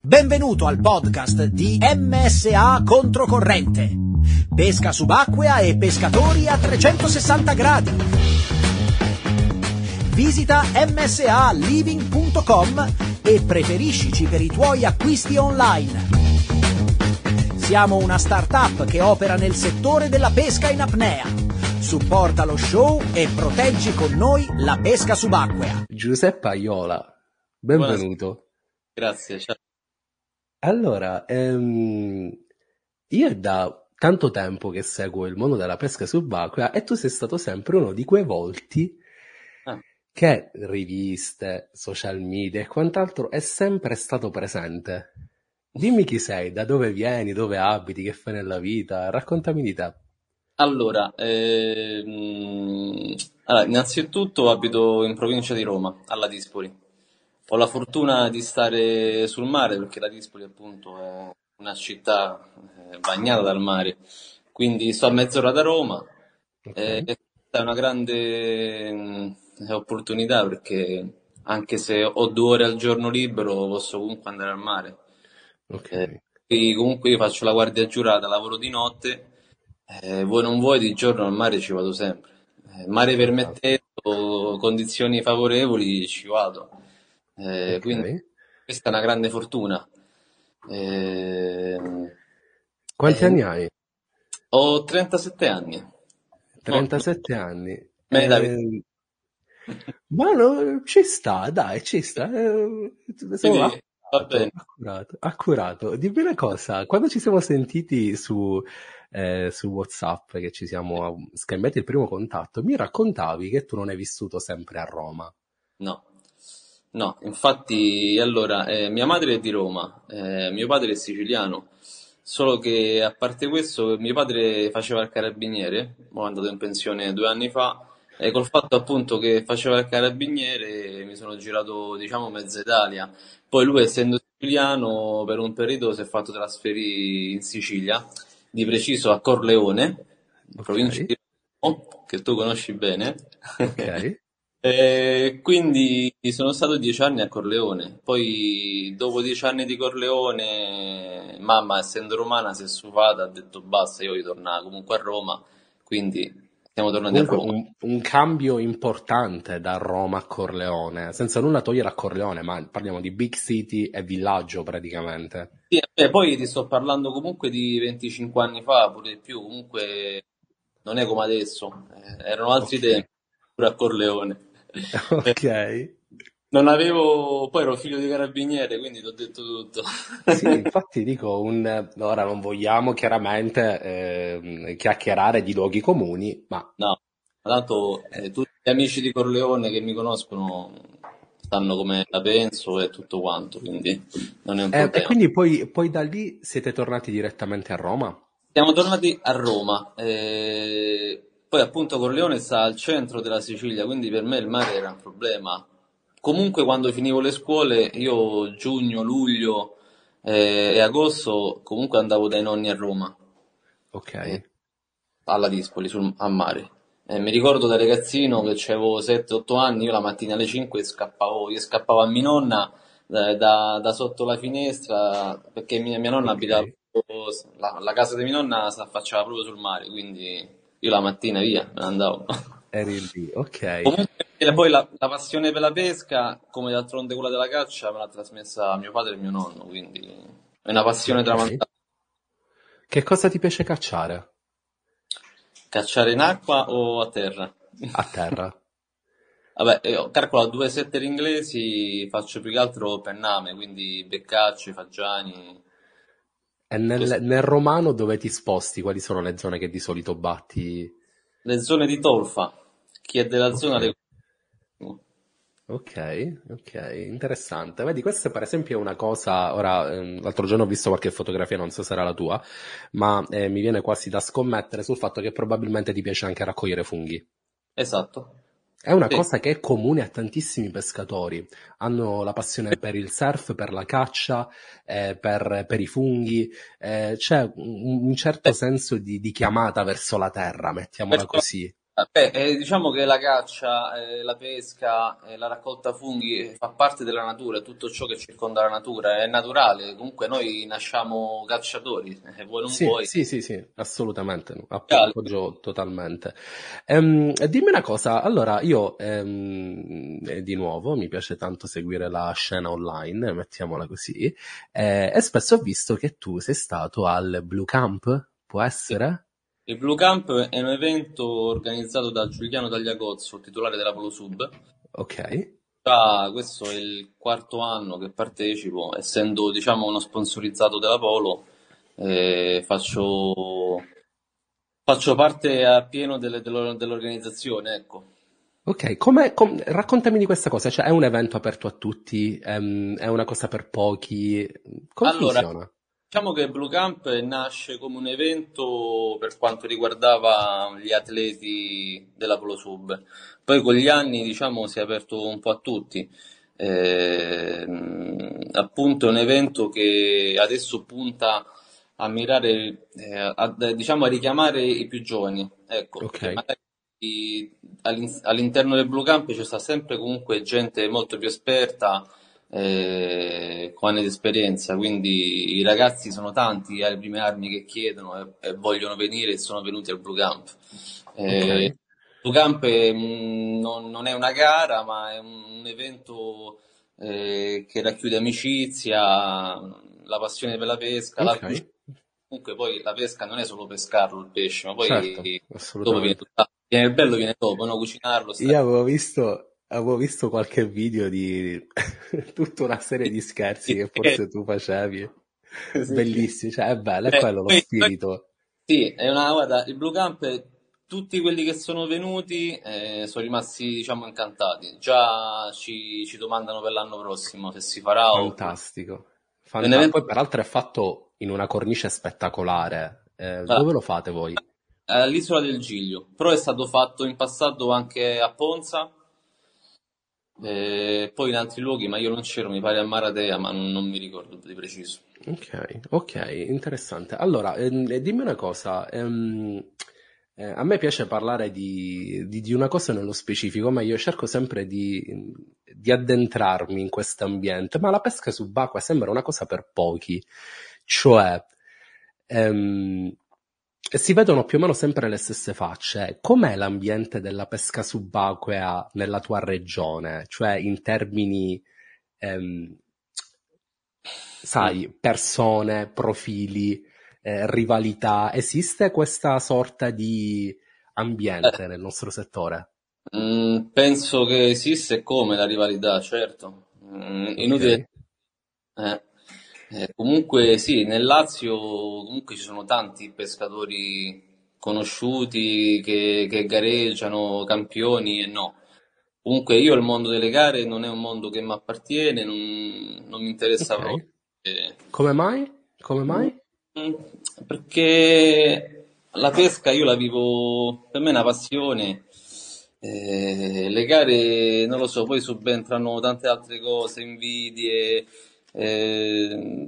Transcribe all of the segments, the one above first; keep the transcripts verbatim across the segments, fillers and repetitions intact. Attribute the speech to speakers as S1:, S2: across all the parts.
S1: Benvenuto al podcast di M S A Controcorrente. Pesca subacquea e pescatori a trecentosessanta gradi. Visita m s a living punto com e preferiscici per i tuoi acquisti online. Siamo una startup che opera nel settore della pesca in apnea. Supporta lo show e proteggi con noi la pesca subacquea.
S2: Giuseppe Aiola, benvenuto.
S3: Buonasera. Grazie, ciao.
S2: Allora, ehm, io è da tanto tempo che seguo il mondo della pesca subacquea e tu sei stato sempre uno di quei volti
S3: Ah.
S2: che riviste, social media e quant'altro è sempre stato presente. Dimmi chi sei, da dove vieni, dove abiti, che fai nella vita, raccontami di te.
S3: Allora, ehm, allora, innanzitutto abito in provincia di Roma, alla Dispoli. Ho la fortuna di stare sul mare perché la Dispoli appunto è una città eh, bagnata dal mare, quindi sto a mezz'ora da Roma.
S2: Ok.
S3: eh, È una grande mm, opportunità perché anche se ho due ore al giorno libero posso comunque andare al mare.
S2: Ok.
S3: Eh, quindi comunque io faccio la guardia giurata, lavoro di notte, eh, vuoi non vuoi di giorno al mare ci vado sempre. Eh, mare permettendo, condizioni favorevoli ci vado. Eh, quindi
S2: Ok.
S3: questa è una grande fortuna. Eh,
S2: Quanti
S3: eh,
S2: anni hai?
S3: Ho trentasette anni. No,
S2: trentasette anni.
S3: me ne dai-
S2: Eh, ma no, ci sta, dai, ci sta. Eh, sono
S3: Quindi va
S2: accurato,
S3: bene.
S2: accurato, accurato. Dimmi una cosa, quando ci siamo sentiti su, eh, su WhatsApp, che ci siamo scambiati il primo contatto, mi raccontavi che tu non hai vissuto sempre a Roma.
S3: No, no, infatti, allora, eh, mia madre è di Roma, eh, mio padre è siciliano, solo che a parte questo, mio padre faceva il carabiniere, ora è andato in pensione due anni fa, e col fatto appunto che faceva il carabiniere mi sono girato, diciamo, mezza Italia. Poi lui, essendo siciliano, per un periodo si è fatto trasferire in Sicilia, di preciso a Corleone, in
S2: Ok,
S3: provincia di Roma, che tu conosci bene.
S2: ok.
S3: E quindi sono stato dieci anni a Corleone, poi dopo dieci anni di Corleone, mamma essendo romana si è stufata, ha detto basta, io ritorno comunque a Roma, quindi siamo tornati a
S2: Comunque
S3: Roma.
S2: un, un cambio importante da Roma a Corleone, senza nulla togliere a Corleone, ma parliamo di big city e villaggio praticamente.
S3: Sì, eh, poi ti sto parlando comunque di venticinque anni fa, pure di più, comunque non è come adesso, eh, erano altri
S2: Ok,
S3: tempi, pure a Corleone. Eh,
S2: ok.
S3: Non avevo, poi ero figlio di carabiniere, quindi ti ho detto tutto.
S2: Sì, infatti dico, un, ora non vogliamo chiaramente ehm, chiacchierare di luoghi comuni, ma
S3: No, tanto eh, tutti gli amici di Corleone che mi conoscono sanno come la penso e tutto quanto, quindi non è un
S2: eh, e
S3: problema.
S2: quindi poi, poi da lì siete tornati direttamente a Roma?
S3: Siamo tornati a Roma, eh, poi appunto Corleone sta al centro della Sicilia, quindi per me il mare era un problema. Comunque quando finivo le scuole, io giugno, luglio eh, e agosto comunque andavo dai nonni a Roma.
S2: Ok,
S3: eh, Alla Dispoli, sul, a mare. Eh, mi ricordo da ragazzino che avevo sette otto anni, io la mattina alle cinque scappavo, io scappavo a mia nonna eh, da, da sotto la finestra, perché mia, mia nonna
S2: ok,
S3: abitava, proprio- la, la casa di mia nonna si affacciava proprio sul mare, quindi io la mattina via, me ne andavo.
S2: eri lì, ok.
S3: Comunque e poi la, la passione per la pesca, come d'altronde quella della caccia, me l'ha trasmessa mio padre e mio nonno, quindi è una passione
S2: Ok.
S3: tramandata.
S2: Che cosa ti piace cacciare?
S3: Cacciare in acqua o a terra?
S2: A terra?
S3: Vabbè, io calcolo a due setter inglesi, faccio più che altro penname, quindi beccacce, fagiani,
S2: E nel,
S3: questo.
S2: nel romano dove ti sposti? Quali sono le zone che di solito batti?
S3: Le zone di tolfa, chi è della
S2: Ok.
S3: zona le conosce.
S2: Ok, ok, interessante. Vedi, questa per esempio è una cosa, ora, ehm, l'altro giorno ho visto qualche fotografia, non so se era la tua, ma eh, mi viene quasi da scommettere sul fatto che probabilmente ti piace anche raccogliere funghi.
S3: Esatto,
S2: È una
S3: sì.
S2: cosa che è comune a tantissimi pescatori, hanno la passione per il surf, per la caccia, eh, per, per i funghi, eh, c'è un, un certo
S3: Beh,
S2: senso di, di chiamata verso la terra, mettiamola
S3: verso la,
S2: così.
S3: Eh, Beh, eh, diciamo che la caccia, eh, la pesca, eh, la raccolta funghi eh, fa parte della natura, è tutto ciò che circonda la natura, è naturale. Comunque noi nasciamo cacciatori, eh, vuoi non
S2: Sì,
S3: vuoi.
S2: sì, sì, sì, assolutamente, no, app- appoggio totalmente. Ehm, dimmi una cosa, allora io ehm, eh, di nuovo mi piace tanto seguire la scena online, mettiamola così, eh, e spesso ho visto che tu sei stato al Blue Camp, può essere?
S3: Il Blue Camp è un evento organizzato da Giuliano Tagliacozzo, titolare della PoloSub.
S2: Ok,
S3: Già questo è il quarto anno che partecipo, essendo diciamo uno sponsorizzato della Polo, eh, faccio, faccio parte appieno delle- dello- dell'organizzazione, ecco.
S2: ok, come, com- raccontami di questa cosa, cioè è un evento aperto a tutti, Ehm, è una cosa per pochi, come
S3: Allora,
S2: funziona?
S3: diciamo che Blue Camp nasce come un evento per quanto riguardava gli atleti della PoloSub. Poi con gli anni, diciamo, si è aperto un po' a tutti. Ehm, appunto è un evento che adesso punta a mirare, eh, a, diciamo, a richiamare i più giovani. Ecco,
S2: Ok,
S3: perché magari all'in- all'interno del Blue Camp c'è sta sempre comunque gente molto più esperta, eh, con anni di esperienza, quindi i ragazzi sono tanti alle prime armi che chiedono e, e vogliono venire e sono venuti al Blue Camp.
S2: ok,
S3: Eh, il Blue Camp è, mm, non, non è una gara, ma è un, un evento eh, che racchiude amicizia, la passione per la pesca, la
S2: ok,
S3: cucina. Comunque poi la pesca non è solo pescarlo il pesce, ma
S2: certo,
S3: poi dopo viene
S2: assolutamente.
S3: tutta, viene il bello viene dopo, no? Cucinarlo,
S2: Io
S3: stare.
S2: avevo visto, avevo visto qualche video di tutta una serie di scherzi che forse tu facevi.
S3: Sì, sì.
S2: Bellissimi, cioè è bello, è
S3: Beh,
S2: quello lo
S3: poi- poi-
S2: spirito.
S3: sì, è una, guarda, il Blue Camp, tutti quelli che sono venuti eh, sono rimasti, diciamo, incantati. Già ci, ci domandano per l'anno prossimo se si farà oppure.
S2: Fantastico.
S3: È un
S2: Fanta-
S3: evento
S2: Poi peraltro è fatto in una cornice spettacolare. Eh,
S3: ah,
S2: dove lo fate voi?
S3: all'isola del Giglio, però è stato fatto in passato anche a Ponza, e poi in altri luoghi, ma io non c'ero, mi pare a Maratea, ma non, non mi ricordo di preciso.
S2: Ok, ok, interessante. Allora, ehm, eh, dimmi una cosa, ehm, eh, a me piace parlare di, di- di una cosa nello specifico, ma io cerco sempre di, di addentrarmi in questo ambiente, ma la pesca subacquea sembra una cosa per pochi, cioè ehm, si vedono più o meno sempre le stesse facce. Com'è l'ambiente della pesca subacquea nella tua regione? Cioè in termini ehm,
S3: Mm.
S2: sai, persone, profili, eh, rivalità. Esiste questa sorta di
S3: Eh,
S2: ambiente nel nostro settore?
S3: mm, penso che esiste e come la rivalità, certo. Mm,
S2: Ok,
S3: inutile. Eh, eh, comunque sì, nel Lazio comunque ci sono tanti pescatori conosciuti che, che gareggiano, campioni e no. Comunque io il mondo delle gare non è un mondo che mi appartiene, non, non mi interessa proprio.
S2: ok.
S3: Eh,
S2: Come mai? Come mai?
S3: mm, perché la pesca io la vivo, per me è una passione. Eh, le gare, non lo so, poi subentrano tante altre cose, invidie, eh,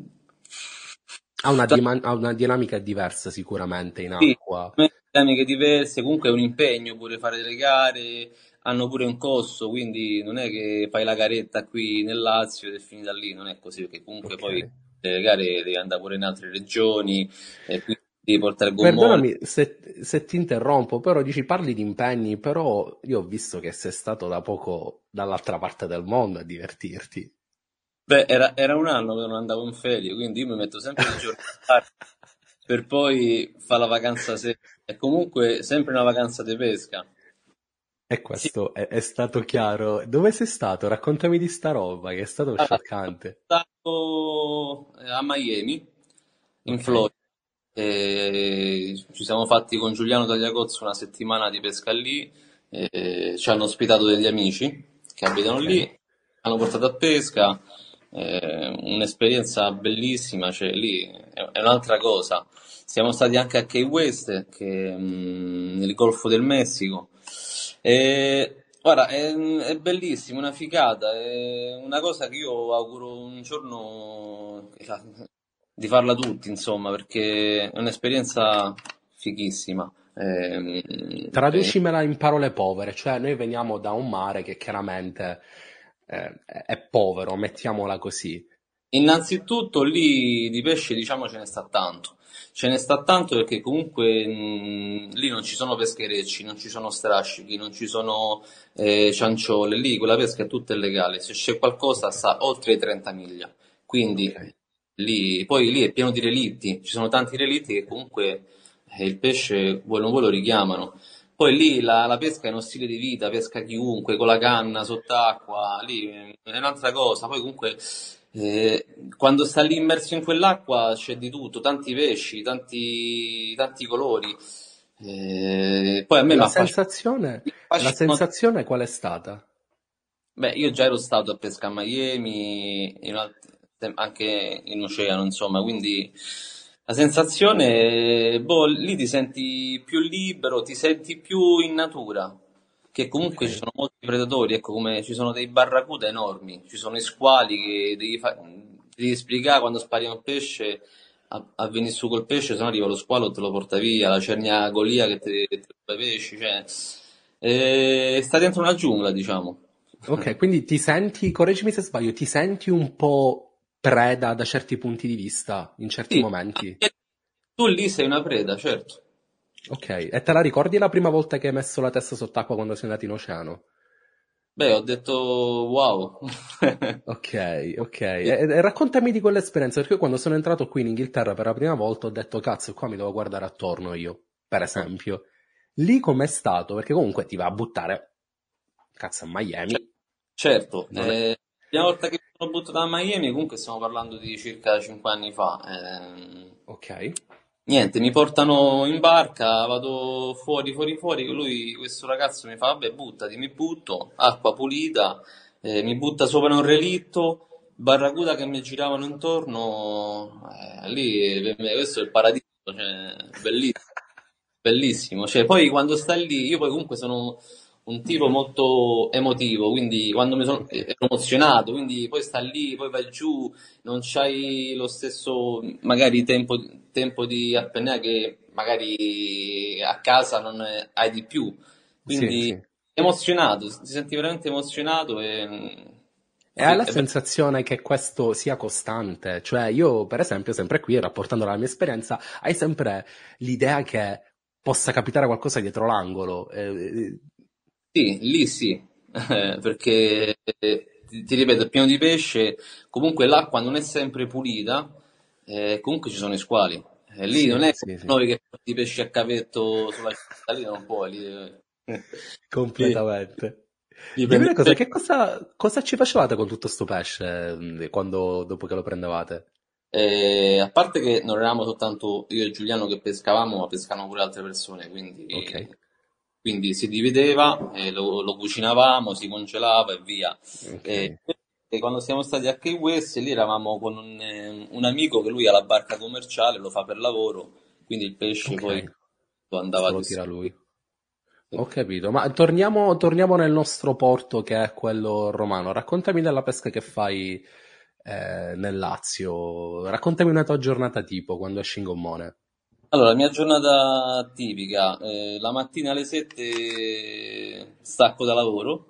S2: Ha una, dima- ha una dinamica diversa sicuramente in
S3: sì,
S2: acqua.
S3: dinamiche diverse, comunque è un impegno pure fare delle gare, hanno pure un costo, quindi non è che fai la garetta qui nel Lazio ed è finita lì, non è così, perché comunque
S2: Ok.
S3: poi le gare devi andare pure in altre regioni e quindi devi portare il gommone.
S2: Perdonami se, se ti interrompo, però dici parli di impegni, però io ho visto che sei stato da poco dall'altra parte del mondo a divertirti.
S3: Beh, era, era un anno che non andavo in ferie, quindi io mi metto sempre i giorni tardi per poi fare la vacanza seria. E comunque sempre una vacanza di pesca.
S2: E
S3: Sì,
S2: questo è, è stato chiaro. Dove sei stato? Raccontami di sta roba, che è stato
S3: allora, sono
S2: scioccante.
S3: stato eh, a Miami, in
S2: Ok,
S3: Florida. E ci siamo fatti con Giuliano Tagliacozzo una settimana di pesca lì. E ci hanno ospitato degli amici che abitano
S2: ok.
S3: lì, hanno portato a pesca. Eh, un'esperienza bellissima, cioè lì è, è un'altra cosa. Siamo stati anche a Key West, che, mh, nel Golfo del Messico. E, guarda, è, è bellissimo, una figata, è una cosa che io auguro un giorno di farla tutti, insomma, perché è un'esperienza fighissima. Ehm,
S2: Traducimela in parole povere, cioè noi veniamo da un mare che chiaramente eh, è povero, mettiamola così.
S3: Innanzitutto lì di pesce diciamo ce ne sta tanto, ce ne sta tanto perché comunque mh, lì non ci sono pescherecci, non ci sono strascichi, non ci sono eh, cianciole, lì quella pesca è tutta illegale, se c'è qualcosa
S2: Ok,
S3: sta oltre i trenta miglia, quindi
S2: ok.
S3: lì, poi lì è pieno di relitti, ci sono tanti relitti che comunque eh, il pesce vuoi non vuoi lo richiamano. Poi lì la, la pesca è uno stile di vita, pesca chiunque, con la canna, sott'acqua, lì eh, è un'altra cosa. Poi comunque eh, quando sta lì immerso in quell'acqua c'è di tutto, tanti pesci, tanti, tanti colori. Eh, poi a me mi
S2: La
S3: affascina,
S2: sensazione,
S3: mi
S2: la
S3: affascinano.
S2: sensazione qual è stata?
S3: Beh, io già ero stato a pesca a Miami, in alt- anche in oceano, insomma, quindi la sensazione, boh, lì ti senti più libero, ti senti più in natura, che comunque ci
S2: Ok.
S3: sono molti predatori, ecco, come ci sono dei barracuda enormi, ci sono i squali che devi, fa- devi spiegare quando spari un pesce a, a venire su col pesce, se no arriva lo squalo e te lo porta via, la cernia golia che te, te ruba i pesci, cioè, eh, sta dentro una giungla, diciamo.
S2: Ok, quindi ti senti, correggimi se sbaglio, ti senti un po' preda da certi punti di vista, in certi
S3: Sì,
S2: momenti.
S3: anche tu lì sei una preda, certo.
S2: Ok, e te la ricordi la prima volta che hai messo la testa sott'acqua quando sei andato in oceano?
S3: Beh, ho detto wow.
S2: Ok, ok. E, e raccontami di quell'esperienza, perché io quando sono entrato qui in Inghilterra per la prima volta ho detto, cazzo, qua mi devo guardare attorno io, per esempio. Lì com'è stato? Perché comunque ti va a buttare, cazzo, a
S3: Cioè,
S2: Miami.
S3: certo,
S2: Non è...
S3: eh, la prima volta che mi sono buttato a Miami, comunque stiamo parlando di circa cinque anni fa. ehm,
S2: Ok,
S3: Niente, mi portano in barca, vado fuori, fuori, fuori. Lui, questo ragazzo mi fa, vabbè, buttati, mi butto, acqua pulita, eh, mi butta sopra un relitto, barracuda che mi giravano intorno, eh, lì, per me, questo è il paradiso, cioè, bellissimo. Bellissimo, cioè poi quando sta lì, io poi comunque sono un tipo molto emotivo, quindi quando mi sono
S2: ok.
S3: ero emozionato, quindi poi sta lì, poi vai giù, non c'hai lo stesso magari tempo, tempo di apnea che magari a casa non è- hai di più,
S2: Sì,
S3: quindi
S2: sì.
S3: emozionato, ti senti veramente emozionato e
S2: E hai
S3: sì,
S2: la
S3: è ver-
S2: sensazione che questo sia costante? Cioè, io, per esempio, sempre qui, rapportando la mia esperienza, hai sempre l'idea che possa capitare qualcosa dietro l'angolo. Eh,
S3: sì, lì sì, eh, perché eh, ti, ti ripeto, è pieno di pesce, comunque l'acqua non è sempre pulita, eh, comunque ci sono i squali. Eh, lì non
S2: sì,
S3: è come
S2: sì, sì,
S3: noi che porti i pesci a cavetto sulla città, lì non puoi, lì, eh, lì-
S2: completamente.
S3: lì
S2: Dimmi
S3: prendi
S2: una
S3: il
S2: cosa,
S3: pesce.
S2: che cosa, cosa ci facevate con tutto sto pesce mh, quando, dopo che lo prendevate?
S3: Eh, a parte che non eravamo soltanto io e Giuliano che pescavamo, ma pescavano pure altre persone,
S2: Ok,
S3: quindi, quindi si divideva, e lo, lo cucinavamo, si congelava e via.
S2: ok,
S3: E, e quando siamo stati a Key West, lì eravamo con un, eh, un amico che lui ha la barca commerciale, lo fa per lavoro, quindi il pesce
S2: ok.
S3: poi lo andava
S2: Se
S3: a
S2: lo tira
S3: distribuire.
S2: lui. Ho capito, ma torniamo, torniamo nel nostro porto che è quello romano. Raccontami della pesca che fai eh, nel Lazio. Raccontami una tua giornata tipo quando esci in gommone.
S3: Allora, la mia giornata tipica, eh, la mattina alle sette stacco da lavoro,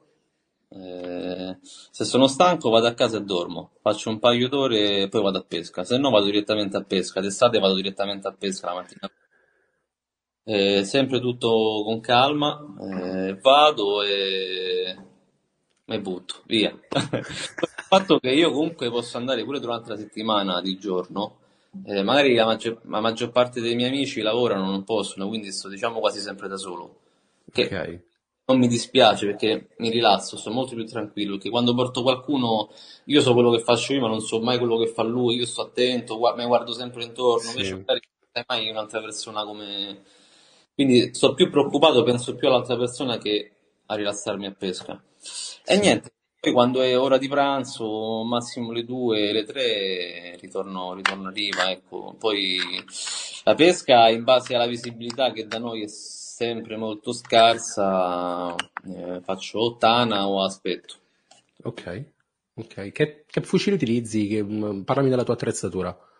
S3: eh, se sono stanco vado a casa e dormo, faccio un paio d'ore e poi vado a pesca, se no vado direttamente a pesca, d'estate vado direttamente a pesca la mattina. Eh, sempre tutto con calma, eh, vado e mi butto, via. Il fatto che io comunque posso andare pure durante la settimana di giorno, eh, magari la maggior, la maggior parte dei miei amici lavorano, non possono, quindi sto diciamo quasi sempre da solo.
S2: Ok,
S3: Che non mi dispiace perché mi rilasso, sto molto più tranquillo, perché quando porto qualcuno io so quello che faccio io, ma non so mai quello che fa lui, io sto attento, gua- mi guardo sempre intorno, invece
S2: sì,
S3: magari non sai mai un'altra persona come... Quindi sto più preoccupato, penso più all'altra persona che a rilassarmi a pesca. E
S2: sì.
S3: niente, poi quando è ora di pranzo, massimo le due, le tre, ritorno, ritorno a riva, ecco. Poi la pesca, in base alla visibilità che da noi è sempre molto scarsa, eh, faccio o tana o aspetto.
S2: Ok, ok. Che, che fucili utilizzi? Che- mm, parlami della tua attrezzatura.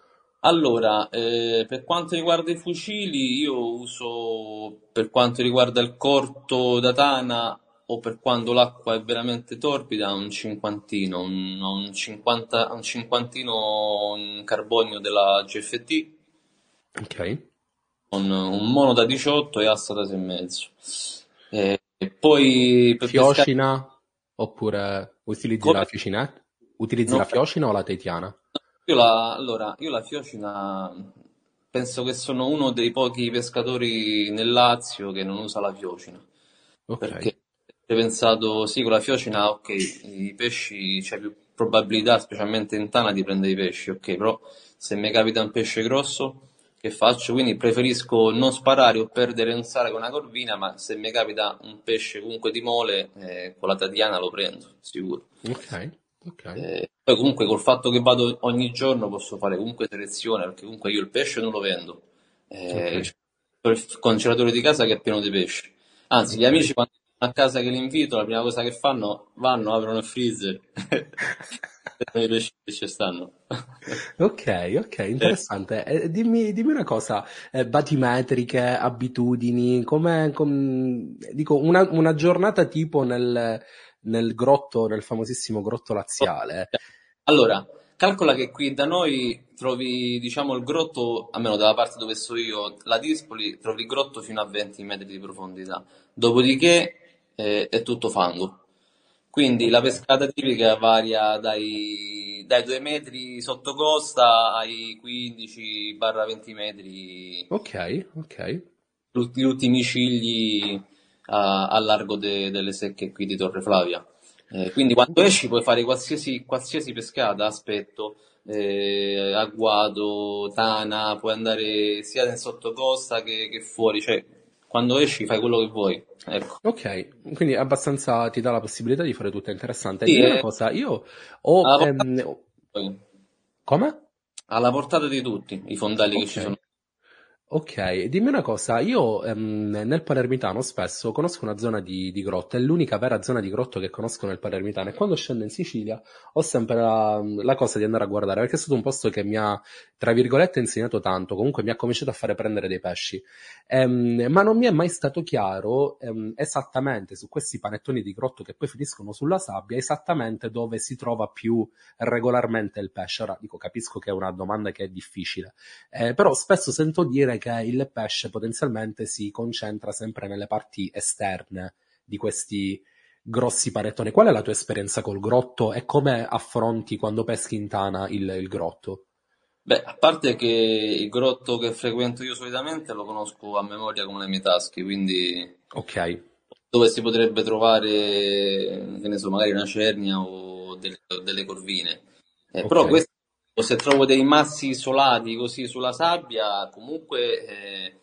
S3: Allora, eh, per quanto riguarda i fucili, io uso, per quanto riguarda il corto da tana o per quando l'acqua è veramente torbida, un cinquantino, un, un cinquanta, un cinquantino in carbonio della G F T
S2: Ok.
S3: con un mono da diciotto e asta da sei e mezzo. Eh, E poi per pescare,
S2: Fiocina oppure utilizzi la
S3: come?
S2: fiocinetta? Utilizzi
S3: Non
S2: la fiocina o la tetiana?
S3: Io la, allora, io la fiocina penso che sono uno dei pochi pescatori nel Lazio che non usa la fiocina,
S2: Ok,
S3: perché ho pensato, sì, con la fiocina, ok, i pesci c'è più probabilità, specialmente in tana, di prendere i pesci, ok, però se mi capita un pesce grosso, che faccio? Quindi preferisco non sparare o perdere un sale con una corvina, ma se mi capita un pesce comunque di mole, eh, con la tadiana lo prendo, sicuro.
S2: ok, ok.
S3: Eh, poi comunque col fatto che vado ogni giorno posso fare comunque selezione, perché comunque io il pesce non lo vendo.
S2: Ok,
S3: Eh, c'ho il congelatore di casa che è pieno di pesce. Anzi, gli
S2: ok.
S3: amici quando vanno a casa che li invito, la prima cosa che fanno, vanno, aprono il freezer e i pesci che ci stanno.
S2: Ok, ok,
S3: Eh,
S2: interessante. Eh, dimmi, dimmi una cosa, eh, batimetriche, abitudini, come, dico, una, una giornata tipo nel, nel grotto, nel famosissimo grotto laziale.
S3: Allora, calcola che qui da noi trovi, diciamo, il grotto, almeno dalla parte dove sto io, la Dispoli, trovi il grotto fino a venti metri di profondità. Dopodiché eh, è tutto fango. Quindi la
S2: Ok,
S3: pescata tipica varia dai, dai due metri sotto costa ai quindici venti metri,
S2: ok, ok,
S3: gli ultimi cigli a, a largo de- delle secche qui di Torre Flavia. Eh, quindi quando esci puoi fare qualsiasi, qualsiasi pescata, aspetto, eh, agguato, tana, puoi andare sia nel sottocosta che, che fuori, cioè quando esci fai quello che vuoi. Ecco.
S2: ok, quindi abbastanza ti dà la possibilità di fare tutto interessante.
S3: Sì,
S2: Dimmi una
S3: è
S2: cosa, io ho...
S3: alla portata
S2: ehm,
S3: di tutti,
S2: come?
S3: alla portata di tutti i fondali che ci
S2: Ok.
S3: sono.
S2: Ok, dimmi una cosa, io ehm, nel Palermitano spesso conosco una zona di, di grotte, è l'unica vera zona di grotto che conosco nel Palermitano e quando scendo in Sicilia ho sempre la, la cosa di andare a guardare perché è stato un posto che mi ha, tra virgolette, insegnato tanto, comunque mi ha cominciato a fare prendere dei pesci. Ehm, ma non mi è mai stato chiaro ehm, esattamente su questi panettoni di grotto che poi finiscono sulla sabbia, esattamente dove si trova più regolarmente il pesce. Ora dico, capisco che è una domanda che è difficile. Eh, però spesso sento dire che il pesce potenzialmente si concentra sempre nelle parti esterne di questi grossi panettoni. Qual è la tua esperienza col grotto e come affronti quando peschi in tana il, il grotto?
S3: Beh, a parte che il grotto che frequento io solitamente lo conosco a memoria come le mie tasche, quindi
S2: Ok,
S3: dove si potrebbe trovare, che ne so, magari una cernia o delle, delle corvine. Eh,
S2: ok,
S3: però questo, se trovo dei massi isolati così sulla sabbia, comunque eh,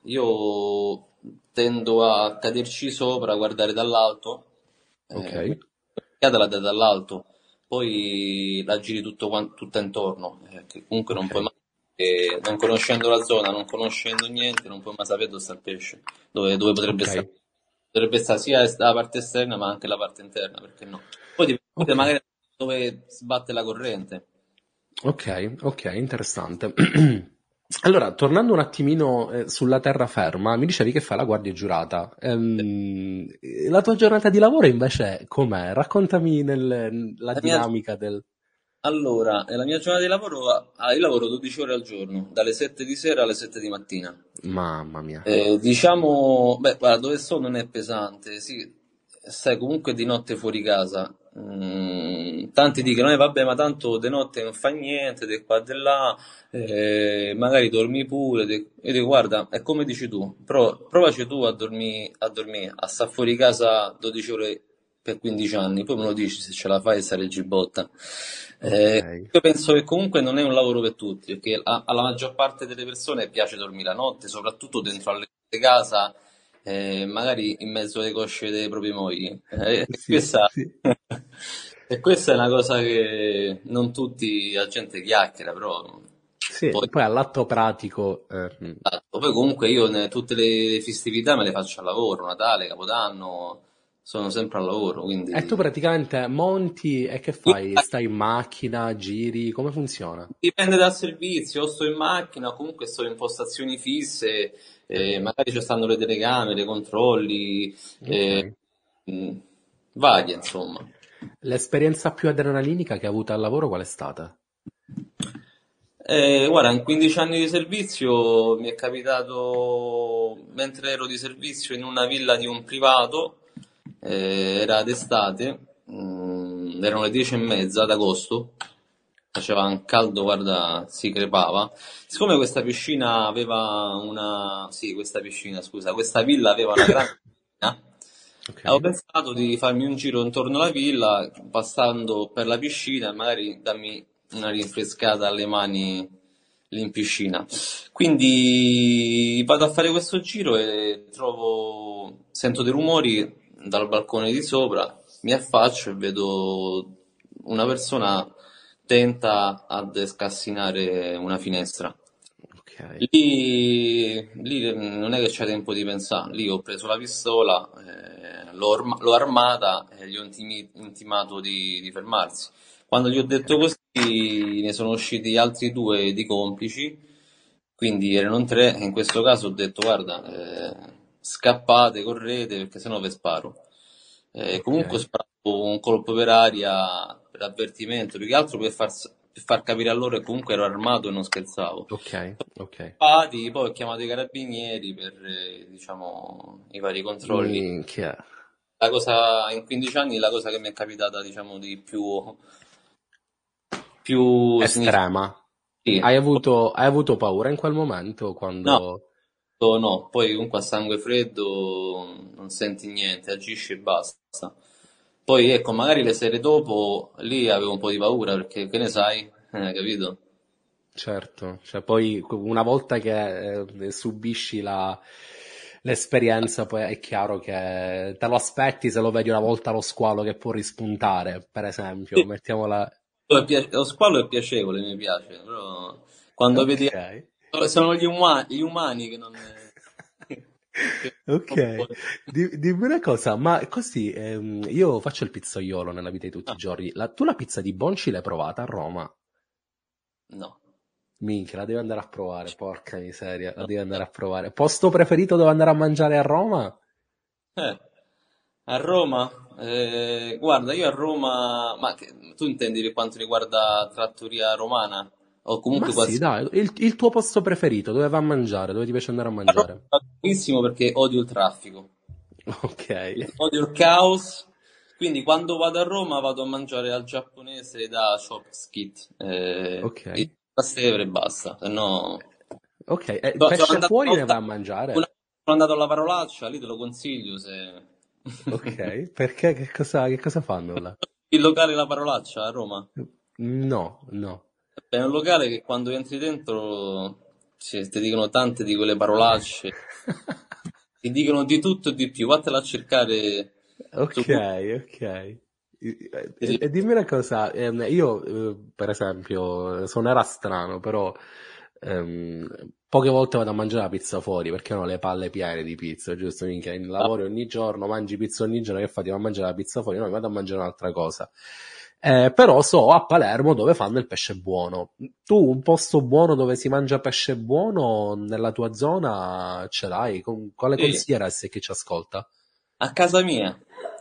S3: io tendo a caderci sopra, a guardare dall'alto,
S2: ok,
S3: eh, quindi la dai dall'alto, poi la giri tutto, quan- tutta intorno, eh, che comunque non
S2: ok,
S3: puoi mai, eh, non conoscendo la zona, non conoscendo niente, non puoi mai sapere dove sta il pesce, dove, dove potrebbe
S2: ok,
S3: stare. Potrebbe stare sia est- la parte esterna ma anche la parte interna, perché no? Poi dipende
S2: ok.
S3: magari da dove sbatte la corrente.
S2: Ok, ok, interessante. Allora, tornando un attimino eh, sulla terraferma, mi dicevi che fai la guardia giurata. Ehm, la tua giornata di lavoro invece com'è? Raccontami nel- la
S3: La mia,
S2: dinamica del...
S3: allora, eh, la mia giornata di lavoro, ah, io lavoro dodici ore al giorno, dalle sette di sera alle sette di mattina.
S2: Mamma mia.
S3: Eh, diciamo, beh, guarda, dove sto non è pesante, sì, stai comunque di notte fuori casa. Mm, tanti dicono, eh, vabbè, ma tanto di notte non fa niente, di qua e di là, eh, magari dormi pure. de- Io dico, guarda, è come dici tu, però provaci tu a dormire, a dormire, a stare fuori casa dodici ore per quindici anni, poi me lo dici se ce la fai e stare gibotta.
S2: Ok,
S3: Eh, io penso che comunque non è un lavoro per tutti, perché a- alla maggior parte delle persone piace dormire la notte, soprattutto dentro alle casa, eh, magari in mezzo alle cosce dei propri mogli. Eh, e
S2: sì,
S3: questa,
S2: sì.
S3: e questa è una cosa che non tutti, la gente chiacchiera, però
S2: Sì,
S3: poi,
S2: poi all'atto pratico... eh, mm,
S3: poi comunque io ne- tutte le festività me le faccio al lavoro, Natale, Capodanno, sono sempre al lavoro,
S2: E tu
S3: quindi
S2: praticamente monti e che fai? Stai in macchina, giri, come funziona?
S3: dipende dal servizio, o sto in macchina, o comunque sto in postazioni fisse, eh, magari ci stanno le telecamere, controlli, eh,
S2: Ok.
S3: mh, varie, insomma.
S2: L'esperienza più adrenalinica che hai avuto al lavoro qual è stata?
S3: Eh, guarda, in quindici anni di servizio mi è capitato, mentre ero di servizio in una villa di un privato, eh, era d'estate, mm, erano le dieci e mezza d'agosto, faceva un caldo, guarda, si crepava. Siccome questa piscina aveva una, sì, questa piscina, scusa, questa villa aveva una grande piscina,
S2: Ok,
S3: avevo pensato di farmi un giro intorno alla villa, passando per la piscina e magari darmi una rinfrescata alle mani lì in piscina. Quindi vado a fare questo giro e trovo, sento dei rumori dal balcone di sopra, mi affaccio e vedo una persona tenta ad scassinare una finestra.
S2: ok.
S3: Lì, lì non è che c'è tempo di pensare, lì ho preso la pistola, eh, l'ho orma- l'ho armata e gli ho intimi- intimato di, di fermarsi. Quando gli ho detto
S2: Ok.
S3: così, ne sono usciti altri due di complici, quindi erano in tre, e in questo caso ho detto, guarda, eh, scappate, correte, perché sennò ve sparo. Eh, comunque ho
S2: Ok,
S3: sparato un colpo per aria per avvertimento, più che altro per far, per far capire a loro che comunque ero armato e non scherzavo.
S2: ok, ok.
S3: Poi ho chiamato i carabinieri per, eh, diciamo, i vari controlli.
S2: Minchia.
S3: La cosa, in quindici anni la cosa che mi è capitata, diciamo, di più, più significativa.
S2: Estrema. Hai
S3: Sì.
S2: avuto, hai avuto paura in quel momento
S3: No,
S2: quando...
S3: no, poi comunque a sangue freddo non senti niente, agisci e basta. Poi ecco, magari le sere dopo lì avevo un po' di paura perché che ne sai, eh, capito?
S2: Certo, cioè poi una volta che eh, subisci la, l'esperienza, poi è chiaro che te lo aspetti se lo vedi una volta lo squalo che può rispuntare, per esempio,
S3: Sì,
S2: mettiamola...
S3: lo pi- lo squalo è piacevole, mi piace, però quando
S2: Ok,
S3: vedi sono gli, umani, gli umani che non che non
S2: ok.
S3: puoi-
S2: Di- dimmi una cosa, ma così, ehm, io faccio il pizzaiolo nella vita di tutti i
S3: Ah,
S2: giorni, la, tu la pizza di Bonci l'hai provata a Roma?
S3: no,
S2: Minchia, la devi andare a provare, porca miseria, la
S3: no.
S2: devi andare a provare. Posto preferito dove andare a mangiare a Roma?
S3: Eh, a Roma, eh, guarda, io a Roma, ma che- tu intendi per quanto riguarda trattoria romana o
S2: Ma
S3: comunque
S2: sì,
S3: qualsiasi.
S2: dai, il, il tuo posto preferito, dove vai a mangiare, dove ti piace andare a
S3: A Roma
S2: mangiare?
S3: va benissimo perché odio il traffico,
S2: Ok,
S3: odio il caos, quindi quando vado a Roma vado a mangiare al giapponese da Shop Skit, eh,
S2: ok,
S3: e Trastevere e basta, se no.
S2: ok. E
S3: So- Sono
S2: pesce
S3: andato
S2: fuori
S3: una
S2: ne vai
S3: volta,
S2: a
S3: una-
S2: mangiare?
S3: sono andato alla Parolaccia, lì te lo consiglio se.
S2: Ok, perché che cosa, che cosa fanno là?
S3: Il locale La Parolaccia a Roma.
S2: No, no.
S3: È un locale che quando entri dentro sì, ti dicono tante di quelle parolacce, ti dicono di tutto e di più, vattela a cercare su
S2: Ok,
S3: Google.
S2: ok. E, e- e dimmi una cosa, ehm, io eh, per esempio suonerà strano, però ehm, poche volte vado a mangiare la pizza fuori perché ho le palle piene di pizza, giusto? Minchia, in lavoro ogni giorno, mangi pizza ogni giorno, che fai? Ti vai a mangiare la pizza fuori? No, mi vado a mangiare un'altra cosa. Eh, però so a Palermo dove fanno il pesce buono. Tu un posto buono dove si mangia pesce buono nella tua zona ce l'hai? Con- quale
S3: Sì,
S2: consiglieresti a chi ci ascolta?
S3: a casa mia.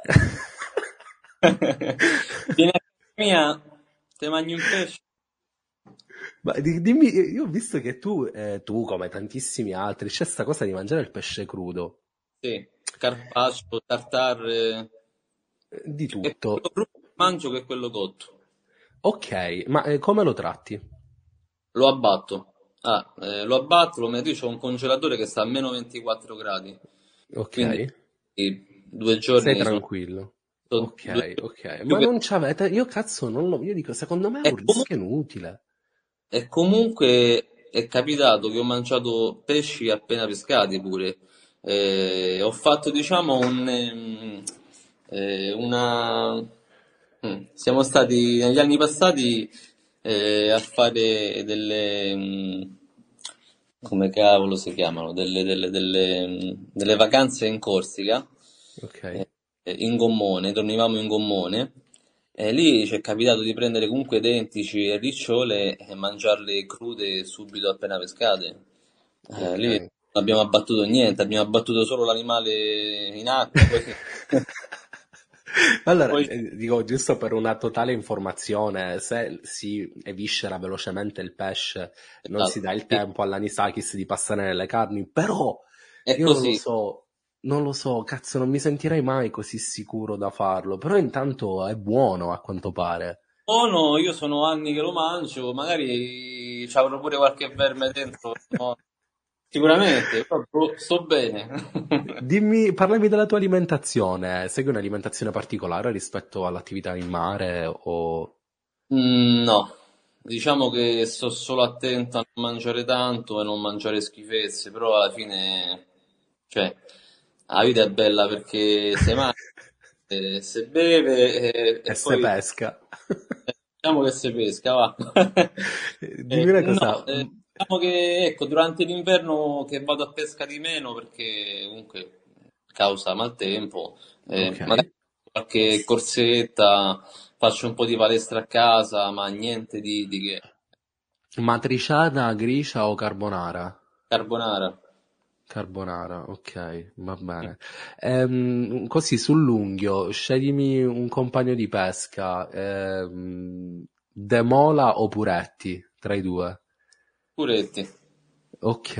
S3: Vieni a casa mia, te mangi un pesce.
S2: Ma di- dimmi, io ho visto che tu, eh, tu come tantissimi altri, c'è sta cosa di mangiare il pesce crudo,
S3: Sì, carpaccio, tartare,
S2: eh, di
S3: sia quello
S2: tutto.
S3: crudo che mangio che quello cotto.
S2: Ok, ma eh, come lo tratti?
S3: Lo abbatto. Ah, eh, lo abbatto, lo metto, io c'ho un congelatore che sta a meno ventiquattro gradi,
S2: Ok,
S3: quindi eh, due
S2: sei
S3: giorni sono,
S2: tranquillo.
S3: sono due
S2: Ok,
S3: giorni
S2: ok,
S3: più
S2: ma
S3: che.
S2: non c'avete, io cazzo non lo, io dico, secondo me è
S3: E
S2: un rischio
S3: comunque,
S2: inutile.
S3: e comunque è capitato che ho mangiato pesci appena pescati pure. Eh, ho fatto, diciamo, un, ehm, eh, una. mm, Siamo stati negli anni passati eh, a fare delle. mm, come cavolo si chiamano? Delle, delle- delle, mm, delle vacanze in Corsica.
S2: Ok,
S3: eh, in gommone, dormivamo in gommone, e lì ci è capitato di prendere comunque dentici e ricciole e mangiarle crude subito appena pescate. Eh, lì
S2: Ok.
S3: non abbiamo abbattuto niente, abbiamo abbattuto solo l'animale in acqua, poi,
S2: Allora,
S3: poi
S2: eh, dico, giusto per una totale informazione, se si eviscera velocemente il pesce, non si
S3: esatto,
S2: dà il
S3: sì,
S2: tempo all'anisakis di passare nelle carni, però
S3: è
S2: io non lo
S3: così.
S2: so, non lo so, cazzo, non mi sentirei mai così sicuro da farlo, però intanto è buono a quanto pare.
S3: Buono, io sono anni che lo mangio, magari ci avrò pure qualche verme dentro, no? Sicuramente, però boh, sto bene.
S2: Dimmi, parlami della tua alimentazione, segui un'alimentazione particolare rispetto all'attività in mare o...
S3: Mm, no, diciamo che sto solo attento a non mangiare tanto e non mangiare schifezze, però alla fine, cioè, la vita è bella perché se mangia, eh, se beve e,
S2: e
S3: e
S2: se
S3: poi
S2: pesca?
S3: eh, diciamo che si pesca, va.
S2: Dimmi
S3: Eh,
S2: una
S3: no,
S2: cosa,
S3: eh, diciamo che ecco, durante l'inverno che vado a pesca di meno perché comunque causa maltempo, eh,
S2: ok.
S3: magari qualche corsetta, faccio un po' di palestra a casa, ma niente di, di che.
S2: Matriciana, gricia o carbonara?
S3: Carbonara.
S2: Carbonara, ok, va bene. Ehm, così sull'unghio, sceglimi un compagno di pesca, ehm, Demola o Puretti, tra i due.
S3: Puretti,
S2: Ok,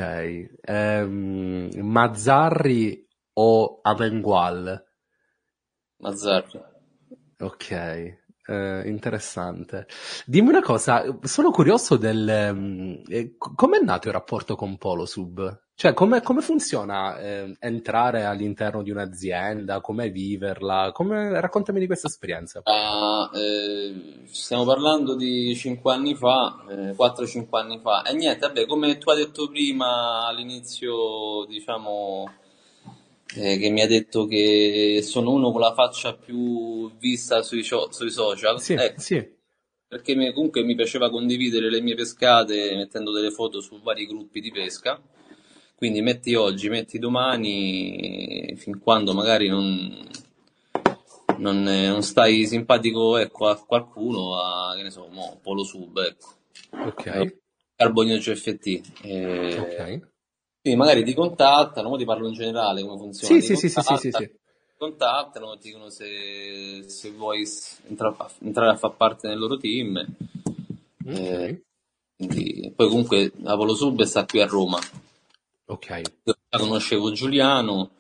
S2: ehm, Mazzarri o Amengual?
S3: Mazzarri.
S2: Ok, eh, interessante. Dimmi una cosa, sono curioso del... ehm, eh, c- com'è nato il rapporto con Polosub? Cioè, come, come funziona eh, entrare all'interno di un'azienda, come viverla? Come... Raccontami di questa esperienza.
S3: Ah, eh, stiamo parlando di cinque anni fa, eh, quattro cinque anni fa. E niente, vabbè, come tu hai detto prima all'inizio, diciamo, eh, che mi ha detto che sono uno con la faccia più vista sui, cio- sui social,
S2: Sì,
S3: ecco,
S2: sì,
S3: perché mi- comunque mi piaceva condividere le mie pescate mettendo delle foto su vari gruppi di pesca. Quindi metti oggi, metti domani, fin quando magari non, non, eh, non stai simpatico, ecco, a qualcuno, a, che ne so, mo, Polo Sub, ecco,
S2: ok,
S3: eh, Carbonio C F T.
S2: ok.
S3: Eh, quindi magari ti contattano, mo ti parlo in generale come funziona,
S2: Sì,
S3: ti
S2: sì, sì, sì, sì, sì,
S3: contattano,
S2: sì.
S3: contattano, ti dicono se, se vuoi s- entra- entrare a far parte del loro team.
S2: Ok,
S3: Eh, quindi- poi comunque la Polo Sub sta qui a Roma.
S2: ok.
S3: Io già conoscevo Giuliano,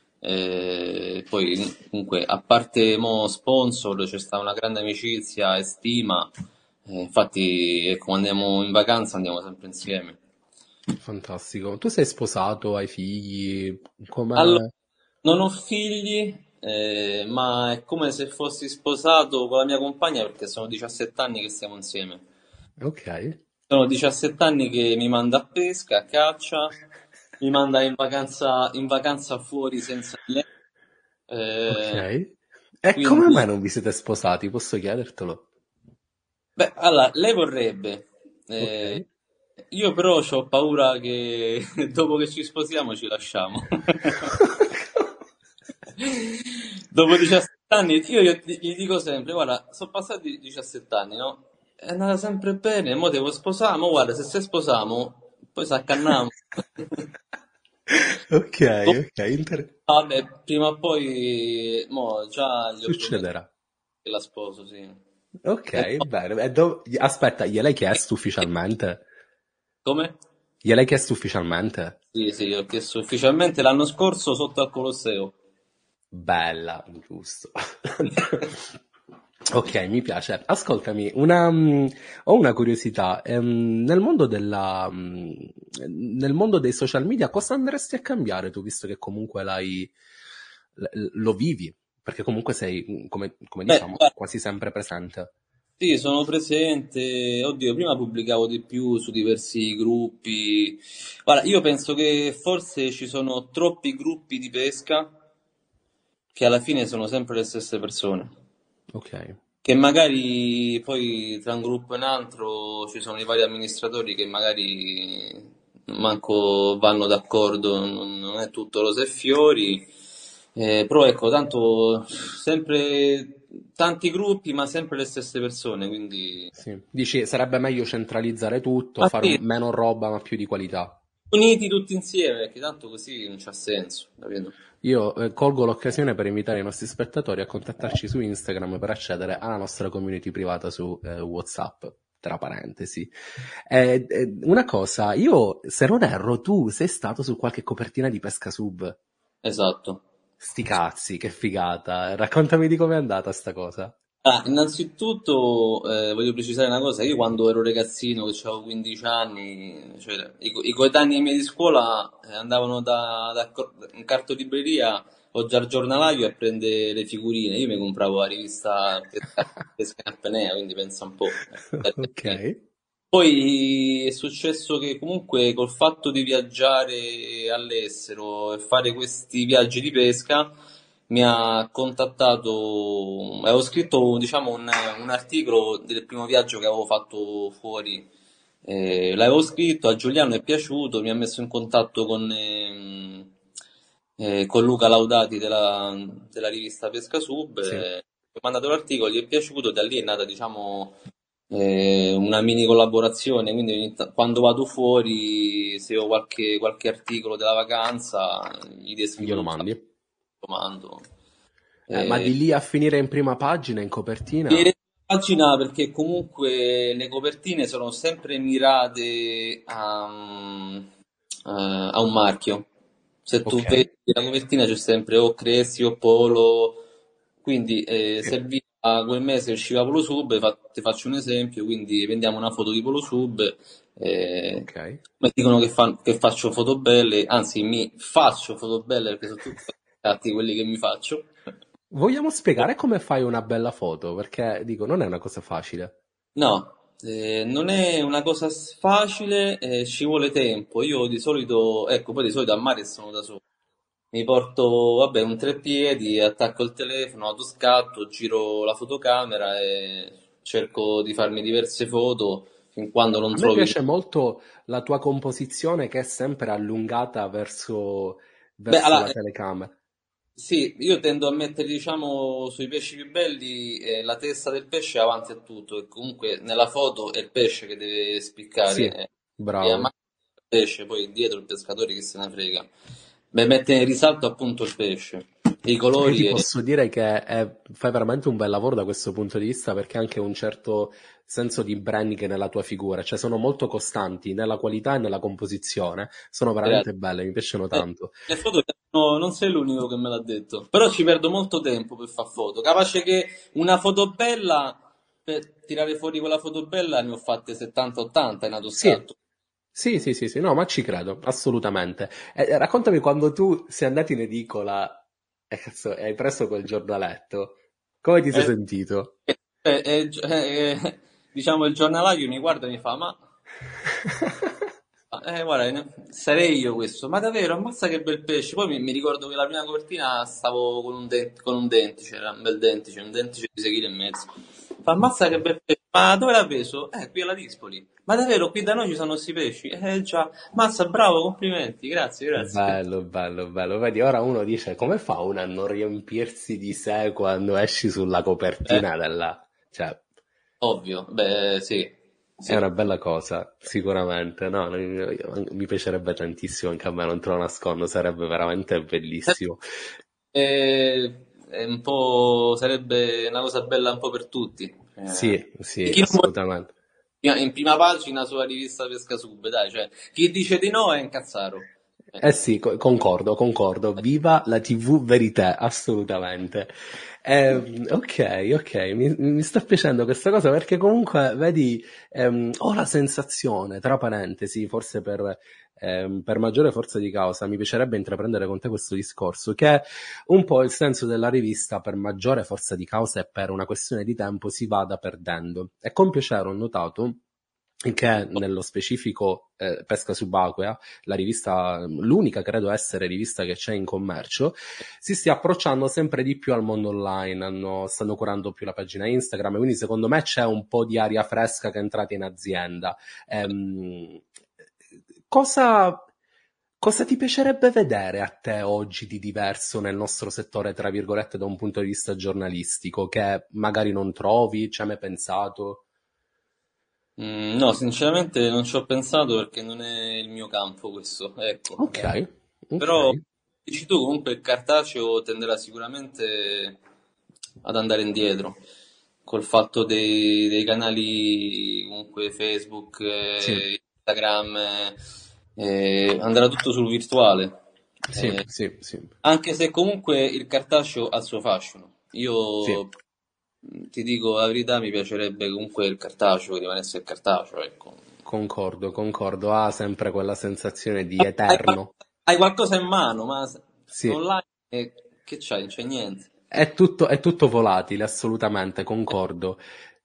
S3: eh, poi comunque a parte mo sponsor c'è stata una grande amicizia e stima, eh, infatti ecco, quando andiamo in vacanza andiamo sempre insieme.
S2: Fantastico. Tu sei sposato, hai figli?
S3: Allora,
S2: Come...
S3: non ho figli, eh, ma è come se fossi sposato con la mia compagna perché sono diciassette anni che stiamo insieme.
S2: Ok.
S3: Sono diciassette anni che mi manda a pesca, a caccia, mi manda in vacanza, in vacanza fuori senza di lei.
S2: Ok.
S3: Eh,
S2: E come
S3: quindi,
S2: mai non vi siete sposati? Posso chiedertelo?
S3: beh, allora, lei vorrebbe,
S2: Ok.
S3: eh, io però ho paura che dopo che ci sposiamo ci lasciamo. Dopo diciassette anni, io gli gli dico sempre, guarda, sono passati diciassette anni, no? È andata sempre bene, mo devo sposare, mo guarda, se se sposiamo, poi si accanniamo.
S2: Ok, ok, inter-
S3: Vabbè, prima o poi, mo già gli ho promesso
S2: succederà.
S3: che la sposo, sì.
S2: Ok,
S3: E no,
S2: bene. E do- Aspetta, gliel'hai chiesto ufficialmente?
S3: come?
S2: Gliel'hai chiesto ufficialmente?
S3: Sì, sì, ho chiesto ufficialmente l'anno scorso sotto al Colosseo.
S2: Bella, giusto. Ok, mi piace. Ascoltami, una, mm, ho una curiosità. Ehm, nel mondo della, mm, nel mondo dei social media, cosa andresti a cambiare tu, visto che comunque l'hai, l- lo vivi? Perché comunque sei, mm, come, come
S3: Beh,
S2: diciamo,
S3: guarda,
S2: quasi sempre presente.
S3: sì, sono presente. Oddio, prima pubblicavo di più su diversi gruppi. Guarda, io penso che forse ci sono troppi gruppi di pesca che alla fine sono sempre le stesse persone.
S2: Ok,
S3: Che magari poi tra un gruppo e un altro ci sono i vari amministratori che magari manco vanno d'accordo, non non è tutto rose e fiori. Eh, però ecco, tanto sempre tanti gruppi, ma sempre le stesse persone, quindi...
S2: Sì. Dici, sarebbe meglio centralizzare tutto,
S3: Ma
S2: fare
S3: sì,
S2: meno roba ma più di qualità.
S3: uniti tutti insieme, perché tanto così non c'ha senso, capito?
S2: Io eh, colgo l'occasione per invitare i nostri spettatori a contattarci su Instagram per accedere alla nostra community privata su eh, WhatsApp, tra parentesi. Eh, eh, una cosa, io, se non erro, tu sei stato su qualche copertina di Pesca Sub.
S3: Esatto.
S2: Sti cazzi, che figata. Raccontami di com'è andata sta cosa.
S3: Ah, innanzitutto eh, voglio precisare una cosa, io quando ero ragazzino, che avevo quindici anni, cioè, i, co- i coetanei miei di scuola eh, andavano da, da cor- in cartolibreria o già al giornalaio a prendere le figurine, io mi compravo la rivista Pesca, Pesca in Apnea, quindi pensa un po'.
S2: Ok.
S3: Poi è successo che comunque col fatto di viaggiare all'estero e fare questi viaggi di pesca mi ha contattato, avevo scritto diciamo un, un articolo del primo viaggio che avevo fatto fuori. Eh, l'avevo scritto, a Giuliano è piaciuto, mi ha messo in contatto con, ehm, eh, con Luca Laudati della, della rivista Pesca Sub,
S2: Sì.
S3: eh, ho mandato l'articolo, gli è piaciuto, da lì è nata diciamo eh, una mini collaborazione, quindi ogni ta- quando vado fuori, se ho qualche, qualche articolo della vacanza, gli descrivo
S2: Glielo
S3: tutto,
S2: mandi.
S3: lo mando.
S2: Eh, ma
S3: Eh,
S2: di lì a finire in prima pagina, in
S3: e
S2: copertina?
S3: pagina perché comunque le copertine sono sempre mirate a, a- a un marchio. Se tu
S2: Ok.
S3: vedi la copertina c'è sempre o Cresti o Polo, quindi eh,
S2: Sì.
S3: se via quel mese usciva Polo Sub, fa- ti faccio un esempio, quindi vendiamo una foto di Polo Sub, eh,
S2: Ok.
S3: mi dicono che, fa- che faccio foto belle, anzi mi faccio foto belle perché sono tutti fatti quelli che mi faccio.
S2: Vogliamo spiegare come fai una bella foto? Perché dico, non è una cosa facile.
S3: No, eh, non è una cosa s- facile, eh, ci vuole tempo. Io di solito, ecco, poi di solito a mare sono da solo. Mi porto, vabbè, un treppiedi, attacco il telefono, autoscatto, giro la fotocamera e cerco di farmi diverse foto fin quando non
S2: A me
S3: trovi.
S2: piace molto la tua composizione che è sempre allungata verso,
S3: Beh,
S2: verso
S3: allora,
S2: la
S3: eh,
S2: telecamera.
S3: sì, io tendo a mettere, diciamo, sui pesci più belli eh, la testa del pesce avanti a tutto, e comunque nella foto è il pesce che deve spiccare,
S2: Sì,
S3: eh, e a
S2: bravo.
S3: mano il pesce, poi dietro il pescatore che se ne frega. Beh, mette in risalto appunto il pesce, i
S2: Io ti
S3: colori e...
S2: posso dire che è- fai veramente un bel lavoro da questo punto di vista perché hai anche un certo senso di branding nella tua figura, cioè sono molto costanti nella qualità e nella composizione, sono veramente
S3: Grazie.
S2: belle, mi piacciono
S3: Eh,
S2: tanto.
S3: le foto no, non sei l'unico che me l'ha detto, però ci perdo molto tempo per fare foto. Capace che una foto bella, per tirare fuori quella foto bella, ne ho fatte settanta ottanta in
S2: Sì,
S3: autoscatto.
S2: sì, sì, sì, sì, no, ma ci credo, assolutamente. Eh, eh, raccontami quando tu sei andato in edicola e cazzo, e hai preso quel giornaletto, come ti sei
S3: Eh,
S2: sentito?
S3: eh, eh, eh, eh, diciamo il giornalaio mi guarda e mi fa: Ma eh, guarda, ne- sarei io questo, ma davvero, ammazza che bel pesce. Poi mi, mi ricordo che la prima copertina stavo con un, de- con un dentice, era un bel dentice, un dentice di sei chili e mezzo. Fa, ammazza che bel pesce, ma dove l'ha preso? Eh, qui alla Dispoli. Ma davvero, qui da noi ci sono questi pesci? Eh già, mazza, bravo, complimenti, grazie, grazie.
S2: Bello, bello, bello. Vedi, ora uno dice come fa uno a non riempirsi di sé quando esci sulla
S3: Eh,
S2: copertina della... Cioè,
S3: ovvio, beh, sì,
S2: è
S3: sì.
S2: una bella cosa, sicuramente. No, mi mi piacerebbe tantissimo anche a me, non te lo nascondo, sarebbe veramente bellissimo.
S3: Eh, è un po', sarebbe una cosa bella un po' per tutti. Eh,
S2: Sì,
S3: e
S2: sì,
S3: chi non vuole
S2: assolutamente.
S3: in prima pagina sulla rivista Pesca Sub, dai, cioè, chi dice di no è un cazzaro. Eh,
S2: Eh sì, co- concordo, concordo. Viva la T V Verità, assolutamente. Ehm, ok, ok, mi, mi sta piacendo questa cosa perché comunque, vedi, ehm, ho la sensazione, tra parentesi, forse per, ehm, per maggiore forza di causa, mi piacerebbe intraprendere con te questo discorso, che un po' il senso della rivista, per maggiore forza di causa e per una questione di tempo, si vada perdendo. E con piacere ho notato che nello specifico eh, Pesca Subacquea, la rivista, l'unica credo essere rivista che c'è in commercio, si stia approcciando sempre di più al mondo online, hanno- stanno curando più la pagina Instagram, quindi secondo me c'è un po' di aria fresca che è entrata in azienda. Ehm, cosa, cosa ti piacerebbe vedere a te oggi di diverso nel nostro settore, tra virgolette, da un punto di vista giornalistico, che magari non trovi, ci hai mai pensato?
S3: Mm, no, sinceramente non ci ho pensato perché non è il mio campo questo, ecco.
S2: Ok,
S3: Eh,
S2: ok,
S3: però dici tu comunque il cartaceo tenderà sicuramente ad andare indietro col fatto dei, dei canali comunque Facebook,
S2: sì,
S3: eh, Instagram, eh, eh, andrà tutto sul virtuale.
S2: sì,
S3: Eh,
S2: sì, sì,
S3: Anche se comunque il cartaceo ha il suo fascino.
S2: sì.
S3: Io mh, ti dico la verità, mi piacerebbe comunque il cartaceo, che rimanesse il cartaceo, ecco.
S2: Concordo, concordo, ha sempre quella sensazione di
S3: Hai, qual-
S2: eterno.
S3: hai qualcosa in mano, ma s-
S2: Sì,
S3: online eh, che c'hai? Non c'è niente.
S2: è tutto, è tutto volatile, assolutamente, concordo.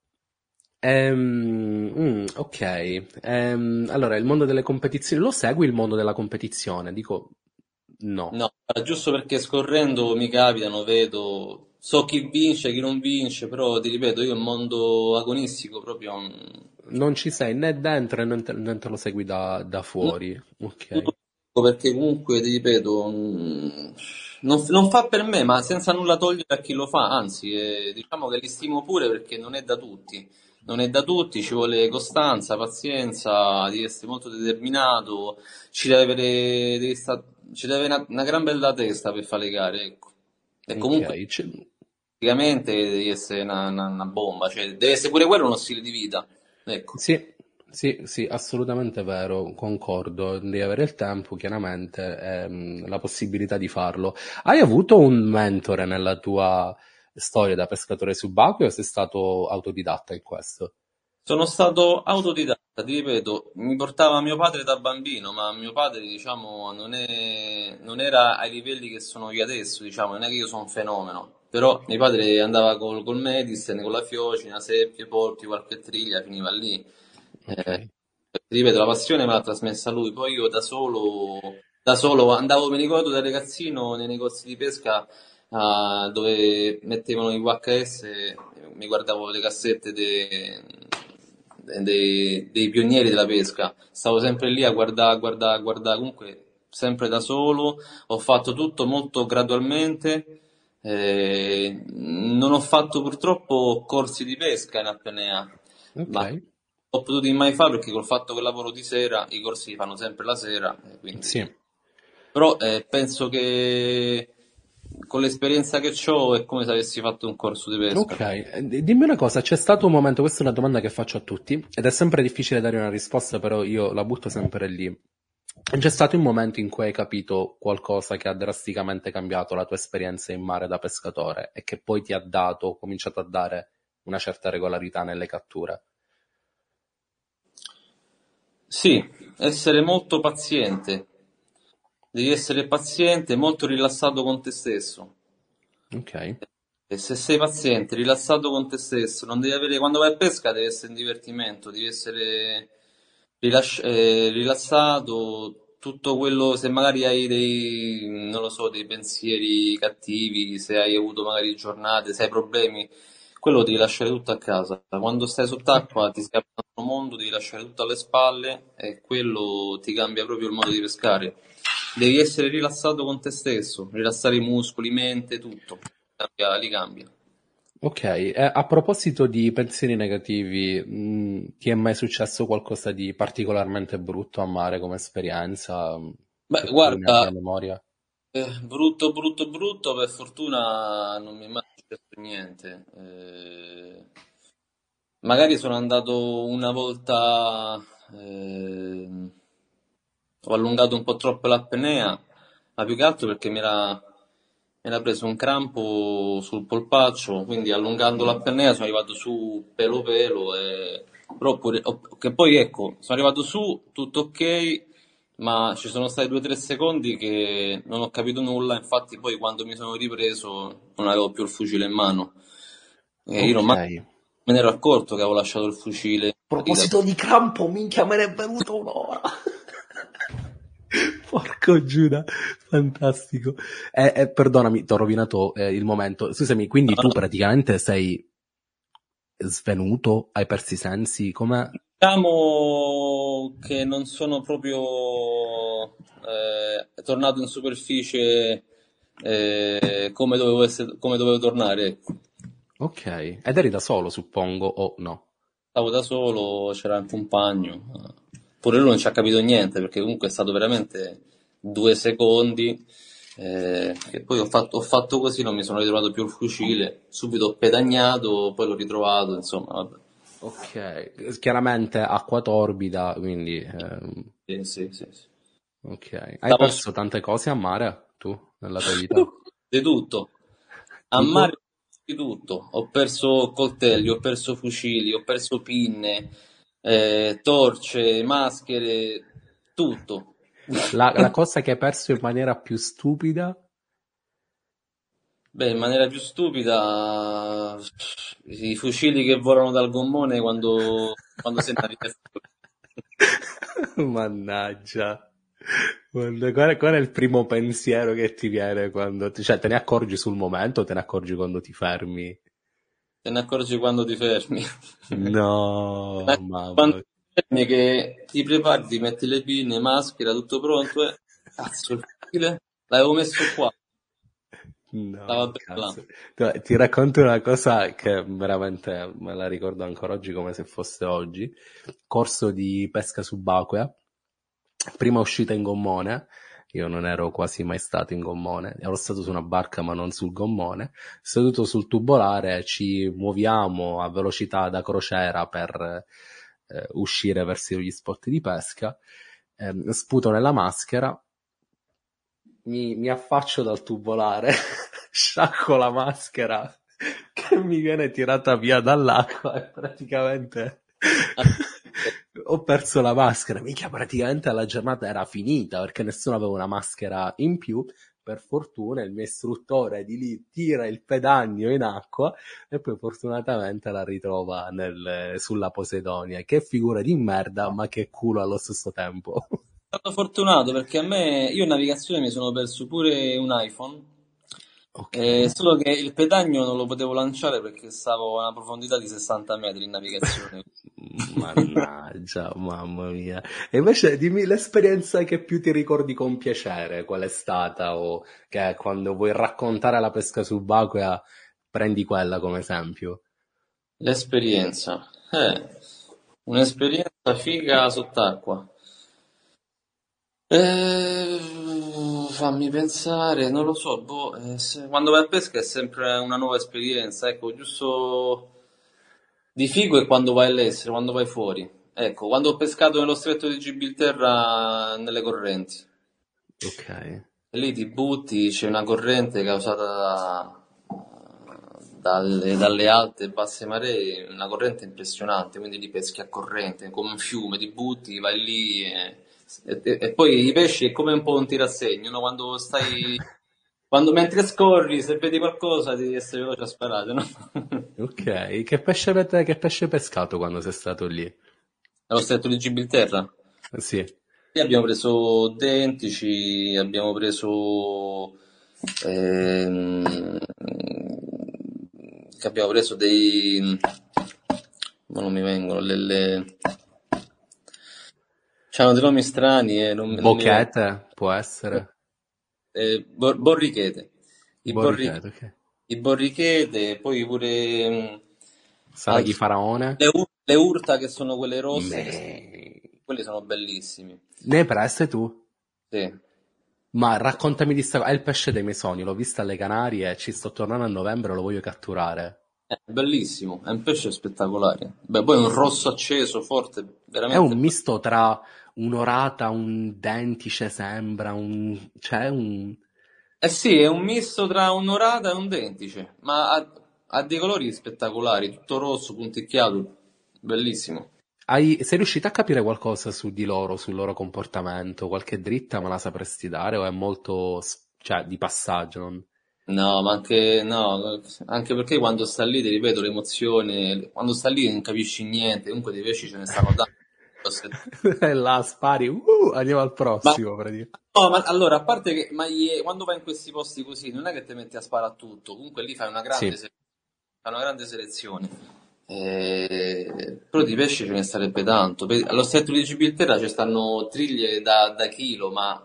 S2: Ehm, mm, ok, Ehm, allora il mondo delle competizioni, lo segui il mondo della competizione? Dico no,
S3: No, guarda, giusto perché scorrendo mi capitano, vedo, so chi vince, chi non vince, però ti ripeto, io il mondo agonistico proprio mm,
S2: non ci sei né dentro e non te, non te lo segui da, da
S3: non
S2: fuori, ok,
S3: tutto perché comunque ti ripeto, mm, non, non fa per me, ma senza nulla togliere a chi lo fa, anzi, eh, diciamo che li stimo pure perché non è da tutti. Non è da tutti, ci vuole costanza, pazienza, devi essere molto determinato, ci deve avere, devi sta- ci deve avere una, una gran bella testa per fare le gare, ecco. E comunque,
S2: ok, c-
S3: praticamente devi essere una, una- una bomba, cioè deve essere pure quello uno stile di vita, ecco.
S2: sì, sì, sì, assolutamente vero, concordo, devi avere il tempo, chiaramente, e la possibilità di farlo. Hai avuto un mentore nella tua storia da pescatore subacqueo o sei stato autodidatta in questo?
S3: Sono stato autodidatta, ti ripeto, mi portava mio padre da bambino, ma mio padre, diciamo, non è- non era ai livelli che sono io adesso, diciamo, non è che io sono un fenomeno, però mio padre andava col, col Medicine, con la fiocina, seppie, polpi, qualche triglia, finiva lì.
S2: Ok,
S3: Eh, Ti ripeto, la passione me l'ha trasmessa lui, poi io da solo, da solo andavo, mi ricordo da ragazzino nei negozi di pesca ah, dove mettevano i V H S, mi guardavo le cassette de- dei, dei pionieri della pesca, stavo sempre lì a guardare, a guardare, a guardare, comunque sempre da solo, ho fatto tutto molto gradualmente, eh, non ho fatto purtroppo corsi di pesca in apnea,
S2: ok,
S3: ma ho potuto mai fare perché col fatto che lavoro di sera, i corsi li fanno sempre la sera, e
S2: sì.
S3: quindi... Però eh, penso che con l'esperienza che ho è come se avessi fatto un corso di pesca.
S2: Ok, eh, di- dimmi una cosa, c'è stato un momento, questa è una domanda che faccio a tutti, ed è sempre difficile dare una risposta, però io la butto sempre lì. C'è stato un momento in cui hai capito qualcosa che ha drasticamente cambiato la tua esperienza in mare da pescatore e che poi ti ha dato, cominciato a dare una certa regolarità nelle catture?
S3: Sì, essere molto paziente. Devi essere paziente e molto rilassato con te stesso.
S2: Ok,
S3: E se sei paziente, rilassato con te stesso, non devi avere, quando vai a pesca deve essere un divertimento, devi essere rilasci- eh, rilassato, tutto quello, se magari hai dei, non lo so, dei pensieri cattivi, se hai avuto magari giornate, se hai problemi, quello devi lasciare tutto a casa. Quando stai sott'acqua ti si apre un altro mondo, devi lasciare tutto alle spalle e quello ti cambia proprio il modo di pescare. Devi essere rilassato con te stesso, rilassare i muscoli, mente, tutto. Cambia, li cambia.
S2: ok, eh, a proposito di pensieri negativi, mh, ti è mai successo qualcosa di particolarmente brutto a mare come esperienza, mh,
S3: Beh,
S2: che tu ne
S3: guarda,
S2: abbia memoria?
S3: eh, brutto, brutto, brutto, per fortuna non mi è mai successo niente. Eh, magari sono andato una volta, ehm, ho allungato un po' troppo l'apnea, ma più che altro perché mi era, mi era preso un crampo sul polpaccio, quindi allungando l'apnea sono arrivato su pelo pelo, e... però pure- ho- che poi ecco, sono arrivato su, tutto ok, ma ci sono stati due o tre secondi che non ho capito nulla, infatti poi quando mi sono ripreso non avevo più il fucile in mano. E io non
S2: Ok.
S3: ma- me ne ero accorto che avevo lasciato il fucile in
S2: A
S3: salita.
S2: proposito di crampo, minchia, me ne è venuto un'ora. Porco Giuda, fantastico. Eh, eh, perdonami, ti ho rovinato eh, il momento. Scusami, quindi tu praticamente sei svenuto, hai perso i sensi, come?
S3: Diciamo che non sono proprio sono eh, tornato in superficie eh, come dovevo essere, come dovevo tornare, ecco.
S2: Ok, ed eri da solo, suppongo, o no?
S3: Stavo da solo, c'era il compagno. Pure lui non ci ha capito niente, perché comunque è stato veramente due secondi. Eh, che poi ho fatto, ho fatto così, non mi sono ritrovato più il fucile. Subito ho pedagnato, poi l'ho ritrovato, insomma, vabbè.
S2: Ok, chiaramente acqua torbida, quindi... ehm,
S3: Sì, sì, sì, sì.
S2: ok. Hai
S3: Stavo
S2: perso tante cose a mare, tu, nella tua vita?
S3: di tutto. A
S2: Tipo?
S3: mare di tutto. Ho perso coltelli, ho perso fucili, ho perso pinne, eh, torce, maschere, tutto.
S2: La, la cosa che hai perso in maniera più stupida?
S3: Beh, in maniera più stupida, i fucili che volano dal gommone quando, quando sei in navigazione.
S2: Mannaggia. Quando- Qual è, qual è il primo pensiero che ti viene quando... Cioè, te ne accorgi sul momento o te ne accorgi quando ti fermi?
S3: Te ne accorgi quando ti fermi.
S2: No,
S3: Quando
S2: mamma.
S3: ti fermi che ti prepari, ti metti le pinne, maschera, tutto pronto e... Cazzo, il fucile l'avevo messo qua, stava
S2: No,
S3: per là.
S2: cazzo. No, ti racconto una cosa che veramente me la ricordo ancora oggi come se fosse oggi. Corso di pesca subacquea, prima uscita in gommone. Io non ero quasi mai stato in gommone, ero stato su una barca ma non sul gommone. Seduto sul tubolare ci muoviamo a velocità da crociera per eh, uscire verso gli spot di pesca. Ehm, sputo nella maschera, mi, mi affaccio dal tubolare, sciacquo la maschera che mi viene tirata via dall'acqua e praticamente ho perso la maschera. Minchia, praticamente la giornata era finita perché nessuno aveva una maschera in più. Per fortuna il mio istruttore di lì tira il pedagno in acqua e poi fortunatamente la ritrova nel- sulla Posidonia. Che figura di merda, ma che culo allo stesso tempo.
S3: Sono stato fortunato perché a me, io in navigazione mi sono perso pure un iPhone,
S2: Ok.
S3: eh, solo che il pedagno non lo potevo lanciare perché stavo a una profondità di sessanta metri in navigazione.
S2: Mannaggia, mamma mia. E invece dimmi l'esperienza che più ti ricordi con piacere, qual è stata, o che quando vuoi raccontare la pesca subacquea prendi quella come esempio.
S3: L'esperienza, eh, un'esperienza figa sott'acqua. Eh, fammi pensare, non lo so, boh, eh, se- quando vai a pesca è sempre una nuova esperienza, ecco, giusto di figo è quando vai all'estero, quando vai fuori. Ecco, quando ho pescato nello stretto di Gibilterra nelle correnti.
S2: Ok.
S3: E lì ti butti, c'è una corrente causata da- dalle, dalle alte e basse maree, una corrente impressionante, quindi li peschi a corrente, come un fiume, ti butti, vai lì e, e- e poi i pesci è come un po' un tirassegno, no? Quando stai, quando mentre scorri, se vedi qualcosa devi essere veloce a sparare, no?
S2: Ok, che pesce avete, che pesce hai pescato quando sei stato lì?
S3: Allo stretto di Gibilterra.
S2: Sì.
S3: Sì, abbiamo preso dentici, abbiamo preso ehm, che abbiamo preso dei ma non mi vengono le, le... c'hanno dei nomi strani e non, non mi vengono.
S2: Bochete, può essere.
S3: Eh, bor- borrichete. I borrichete,
S2: Borrichete, ok.
S3: i borrichete, poi pure mh,
S2: Sarà di
S3: altri-
S2: faraone?
S3: le, ur- le urta che sono quelle rosse, che sono-
S2: Me...
S3: quelli sono bellissimi.
S2: Ne hai prese tu?
S3: Sì.
S2: Ma raccontami di sta... È il pesce dei miei sogni, l'ho vista alle Canarie, ci sto tornando a novembre, lo voglio catturare.
S3: È bellissimo, è un pesce spettacolare. Beh, poi è un rosso acceso, forte,
S2: È un
S3: veramente bello.
S2: misto tra un'orata, un dentice sembra, un... C'è un...
S3: Eh sì, è un misto tra un'orata e un dentice, ma ha, ha dei colori spettacolari, tutto rosso, punticchiato, bellissimo.
S2: Hai... Sei riuscito a capire qualcosa su di loro, sul loro comportamento? Qualche dritta me la sapresti dare o è molto... s- cioè, di passaggio? Non...
S3: No, ma anche, no, anche perché quando sta lì, ti ripeto, l'emozione, quando sta lì non capisci niente, comunque dei pesci ce ne stanno tanti.
S2: E là spari, uh, andiamo al
S3: Ma,
S2: prossimo, praticamente.
S3: no, ma allora, a parte che ma gli- quando vai in questi posti così, non è che ti metti a sparare a tutto, comunque lì fai una grande,
S2: Sì,
S3: se- fai una grande selezione. Eh, però di pesce ce ne sarebbe tanto. Pe- Allo stretto di Gibilterra ci stanno triglie da, da chilo, ma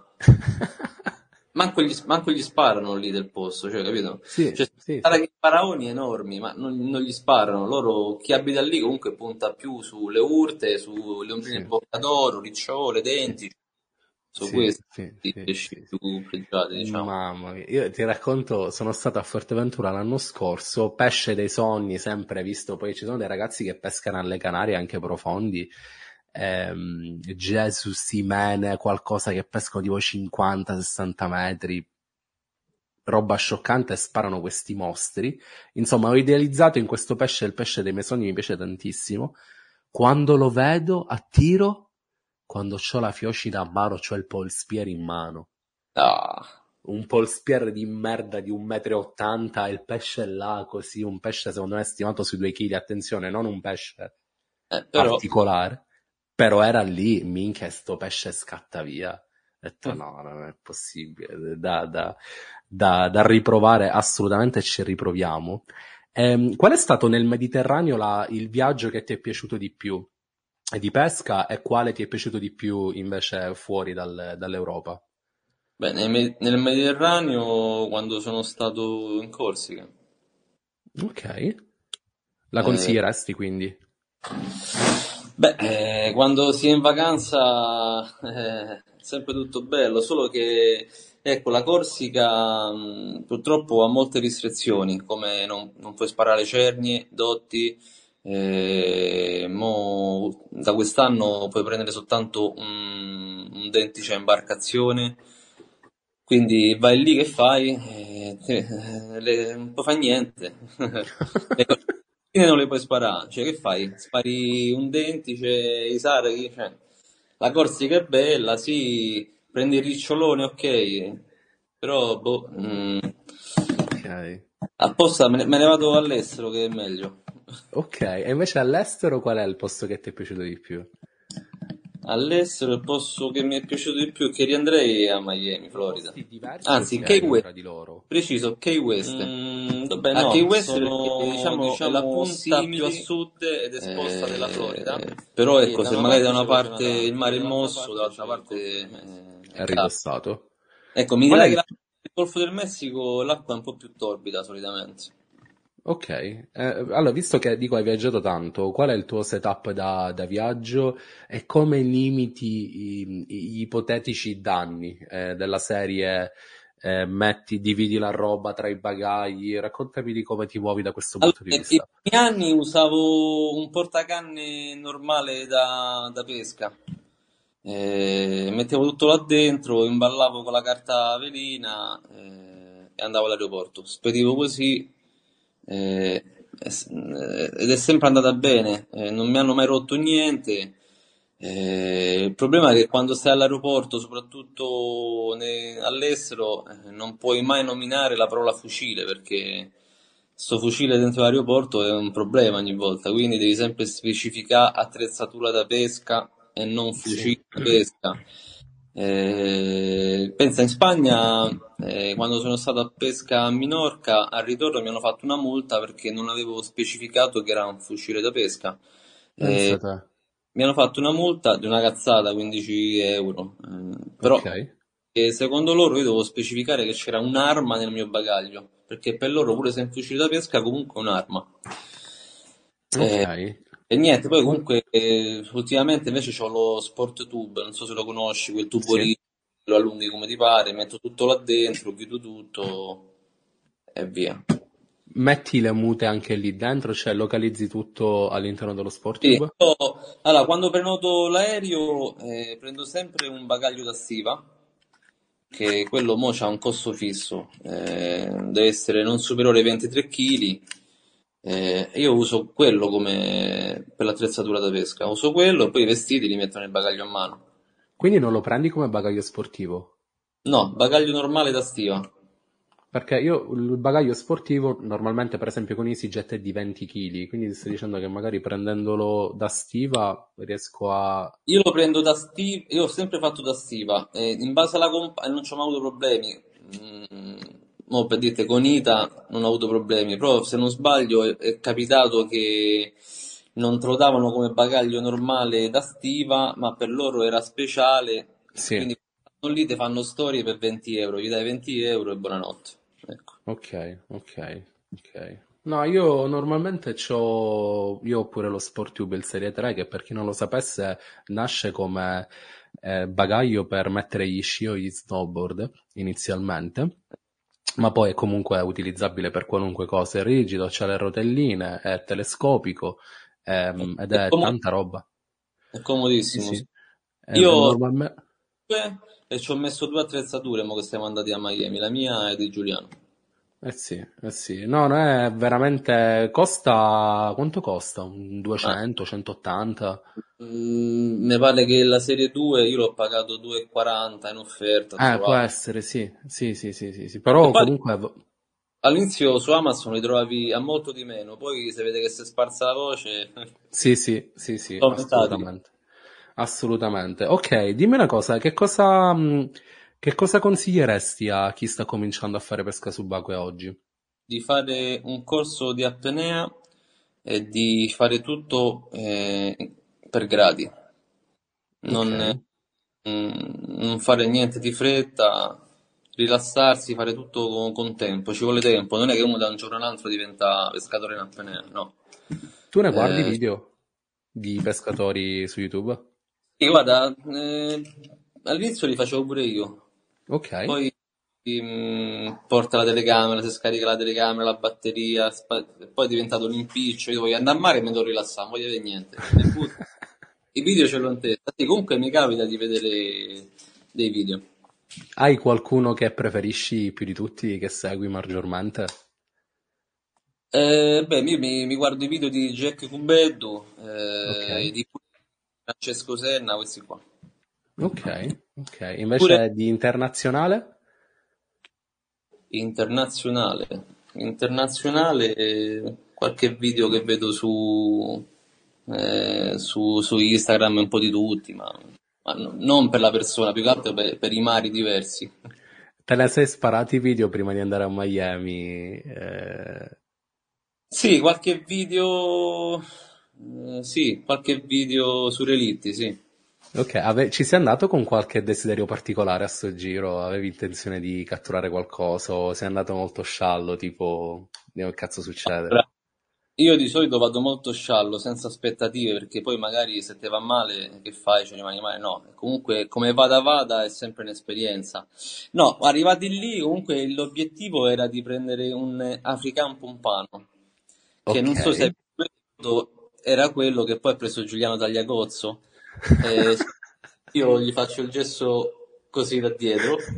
S3: manco gli, manco gli sparano lì del posto, cioè, capito?
S2: Sì,
S3: Cioè,
S2: sì, sì.
S3: che faraoni enormi, ma non, non gli sparano. Loro, chi abita lì comunque punta più sulle urte, sulle ombrine
S2: Sì,
S3: boccadoro, ricciole,
S2: sì,
S3: denti, su
S2: sì,
S3: questi
S2: sì,
S3: i
S2: sì,
S3: pesci
S2: sì, sì.
S3: più pregiati, diciamo.
S2: Mamma mia, io ti racconto, sono stato a Forteventura l'anno scorso, pesce dei sogni, sempre visto, poi ci sono dei ragazzi che pescano alle Canarie anche profondi, ehm, Jesus, Imene, qualcosa che pescano tipo cinquanta sessanta metri, roba scioccante, sparano questi mostri. Insomma, ho idealizzato in questo pesce, il pesce dei miei sogni mi piace tantissimo. Quando lo vedo a tiro, quando c'ho la fiocina a mano, c'ho il polspiere in mano.
S3: Ah,
S2: Un polspiere di merda di un metro e ottanta, il pesce è là così, un pesce secondo me stimato sui due chili, attenzione, non un pesce
S3: eh, però
S2: particolare, però era lì, minchia, sto pesce scatta via. Ho detto no, non è possibile, da, da, da, da riprovare, assolutamente ci riproviamo. Ehm, qual è stato nel Mediterraneo la- il viaggio che ti è piaciuto di più di pesca e quale ti è piaciuto di più invece fuori dal- dall'Europa?
S3: beh, nel, Me- nel Mediterraneo quando sono stato in Corsica.
S2: Ok, la
S3: Eh,
S2: consiglieresti quindi?
S3: beh, eh, quando si è in vacanza eh, è sempre tutto bello, solo che ecco, la Corsica mh, purtroppo ha molte restrizioni, come non, non puoi sparare cernie, dotti, eh, mo, da quest'anno puoi prendere soltanto un, un dentice a imbarcazione, quindi vai lì che fai? Eh, te- eh, le- non puoi fare niente. Le cosine non le puoi sparare. Cioè, che fai? Spari un dentice, i sarghi? Cioè, la Corsica è bella, sì, prendi il ricciolone, ok. Però, boh, mm,
S2: Ok,
S3: apposta me ne, me ne vado all'estero che è meglio.
S2: ok, e invece all'estero qual è il posto che ti è piaciuto di più?
S3: All'estero il posto che mi è piaciuto di più è che riandrei è a Miami,
S2: In
S3: Florida.
S2: posti diversi o
S3: Anzi, Key
S2: simili
S3: West.
S2: tra di loro?
S3: Preciso, Key West.
S2: Mm, vabbè,
S3: A Key
S2: no,
S3: West perché
S2: sono
S3: diciamo è la
S2: diciamo
S3: punta più a
S2: simili.
S3: sud ed esposta della Florida.
S2: Eh,
S3: Però
S2: e
S3: ecco,
S2: da
S3: se
S2: una
S3: magari da
S2: parte
S3: una
S2: c'è l'Oceano
S3: parte il mare è
S2: Atlantico,
S3: mosso,
S2: dall'altra
S3: dall'altra
S2: parte c'è il
S3: parte
S2: Golfo del
S3: eh,
S2: Messico.
S3: è
S2: È
S3: caldo.
S2: rilassato.
S3: Ecco, mi
S2: Qual è
S3: direi che
S2: il...
S3: la- il Golfo del Messico l'acqua è un po' più torbida solitamente.
S2: Ok, eh, allora visto che dico hai viaggiato tanto, qual è il tuo setup da, da viaggio e come limiti i- gli ipotetici danni eh, della serie eh, metti, dividi la roba tra i bagagli, raccontami di come ti muovi da questo
S3: Allora,
S2: punto di
S3: nei primi
S2: vista.
S3: anni usavo un portacanne normale da, da pesca. Eh, mettevo tutto là dentro, imballavo con la carta velina eh, e andavo all'aeroporto. Spedivo così eh, e s- eh, ed è sempre andata bene, eh, non mi hanno mai rotto niente. Eh, il problema è che quando stai all'aeroporto, soprattutto ne- all'estero, eh, non puoi mai nominare la parola fucile perché sto fucile dentro l'aeroporto è un problema ogni volta, quindi devi sempre specificare attrezzatura da pesca e non
S2: Sì.
S3: fucile da pesca. Eh, pensa in Spagna, eh, quando sono stato a pesca a Minorca, al ritorno mi hanno fatto una multa perché non avevo specificato che era un fucile da pesca.
S2: Pensa
S3: Eh,
S2: te.
S3: Mi hanno fatto una multa di una cazzata, quindici euro, eh,
S2: Ok.
S3: però eh, secondo loro io dovevo specificare che c'era un'arma nel mio bagaglio, perché per loro pure se è un fucile da pesca comunque è un'arma.
S2: Ok.
S3: Eh, e niente, poi comunque eh, ultimamente invece ho lo Sport Tube, non so se lo conosci, quel tubo
S2: Sì.
S3: lì, lo allunghi come ti pare, metto tutto là dentro, chiudo tutto e via.
S2: Metti le mute anche lì dentro, cioè localizzi tutto all'interno dello
S3: Sì,
S2: SportTube?
S3: io- allora, quando prenoto l'aereo eh, prendo sempre un bagaglio da stiva, che quello mo c'ha un costo fisso, eh, deve essere non superiore ai ventitré chili. Eh, io uso quello come per l'attrezzatura da pesca, uso quello e poi i vestiti li metto nel bagaglio a mano.
S2: Quindi non lo prendi come bagaglio sportivo?
S3: No, bagaglio normale da stiva.
S2: Perché io il bagaglio sportivo normalmente per esempio con EasyJet è di venti chili, quindi ti stai dicendo che magari prendendolo da stiva riesco a...
S3: Io lo prendo da stiva, io ho sempre fatto da stiva, e in base alla compagnia non ci ho mai avuto problemi. Mm, mo per dirte con Ita non ho avuto problemi, però se non sbaglio è, è capitato che non te lo davano come bagaglio normale da stiva, ma per loro era speciale, e
S2: Sì,
S3: quindi stanno lì ti fanno storie per venti euro, gli dai venti euro e buonanotte. Ecco.
S2: ok, ok, ok. No, io normalmente c'ho, io ho pure lo Sportube il Serie tre che per chi non lo sapesse nasce come eh, bagaglio per mettere gli sci o gli snowboard inizialmente, ma poi è comunque utilizzabile per qualunque cosa, è rigido, c'ha le rotelline, è telescopico ehm, ed
S3: È
S2: è
S3: comodo,
S2: tanta roba.
S3: è
S2: Sì,
S3: comodissimo, sì.
S2: sì. È, è
S3: Io
S2: normalme-
S3: due e ci ho messo due attrezzature mo che siamo andati a Miami, la mia e di Giuliano.
S2: Eh sì, eh sì. No, no, è veramente... Costa... Quanto costa? Un
S3: Ma
S2: duecento, centottanta?
S3: mm, mi pare che la serie due io l'ho pagato due e quaranta in offerta,
S2: Eh, può
S3: trovato.
S2: essere, sì. Sì, sì, sì, sì, sì.
S3: E
S2: Però
S3: poi
S2: comunque...
S3: all'inizio su Amazon li trovavi a molto di meno, poi se vede che si è sparsa la voce,
S2: Sì, sì, sì, sì,
S3: sono aumentati.
S2: assolutamente. Assolutamente. Ok, dimmi una cosa, che cosa, mh, che cosa consiglieresti a chi sta cominciando a fare pesca subacquea oggi?
S3: Di fare un corso di apnea e di fare tutto eh, per gradi,
S2: Ok,
S3: non, mm, non fare niente di fretta, rilassarsi, fare tutto con, con tempo, ci vuole tempo, non è che uno da un giorno all'altro diventa pescatore in apnea, no.
S2: tu ne guardi
S3: Eh,
S2: video di pescatori su YouTube?
S3: sì, guarda, eh, all'inizio li facevo pure io,
S2: Ok.
S3: poi mm, porta la telecamera, si scarica la telecamera, la batteria, spa- poi è diventato un impiccio, io voglio andare a mare e mi devo rilassare, non voglio vedere niente. Mi butto. I video ce l'ho in testa, sì, comunque mi capita di vedere dei video.
S2: Hai qualcuno che preferisci più di tutti, che segui maggiormente?
S3: Eh, beh, io mi, mi guardo i video di Jack Cubeddu,
S2: Ok,
S3: eh, di Francesco Senna, questi qua.
S2: ok, ok.
S3: Pure
S2: Invece di internazionale?
S3: internazionale, internazionale, eh, qualche video che vedo su, eh, su, su Instagram, un po' di tutti, ma, ma no- non per la persona, più che altro per, per i mari diversi.
S2: Te ne sei sparati video prima di andare a Miami? eh,
S3: Sì, qualche video, eh, sì, qualche video su Relitti, sì.
S2: Ok, ave- ci sei andato con qualche desiderio particolare a sto giro? Avevi intenzione di catturare qualcosa o sei andato molto sciallo, tipo, vediamo che cazzo succede?
S3: Ora, io di solito vado molto sciallo, senza aspettative, perché poi magari se te va male, che fai? Ci rimani male? No, comunque come vada vada è sempre un'esperienza. No, arrivati lì, comunque l'obiettivo era di prendere un African Pompano, che
S2: Ok.
S3: non so se hai visto, era quello che poi ha preso Giuliano Tagliacozzo. Eh, io gli faccio il gesto così da dietro.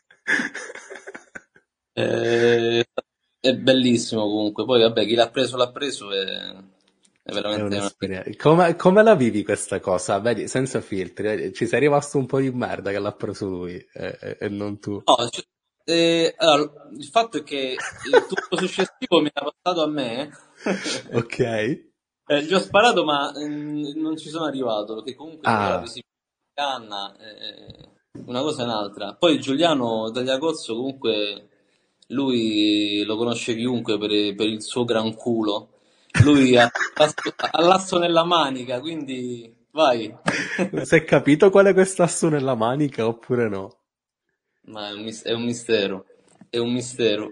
S3: Eh, è bellissimo comunque. Poi, vabbè, chi l'ha preso l'ha preso è, è
S2: È
S3: veramente una...
S2: un'esperienza. Come, come la vivi questa cosa? Vedi, senza filtri, eh, ci sei rimasto un po' di merda che l'ha preso lui e, e- e non tu.
S3: No, cioè, eh, allora, il fatto è che il turno successivo mi era passato a me.
S2: Ok.
S3: Eh, gli ho sparato, ma mm, non ci sono arrivato perché comunque c'era
S2: Ah,
S3: visibilità di canna, eh, una cosa e un'altra. Poi Giuliano Tagliacozzo, comunque, lui lo conosce chiunque per, per il suo gran culo. Lui ha l'asso ha l'asso nella manica, quindi vai.
S2: si è capito qual è quest'asso nella manica oppure no?
S3: Ma è un, mis- è un mistero, è un mistero.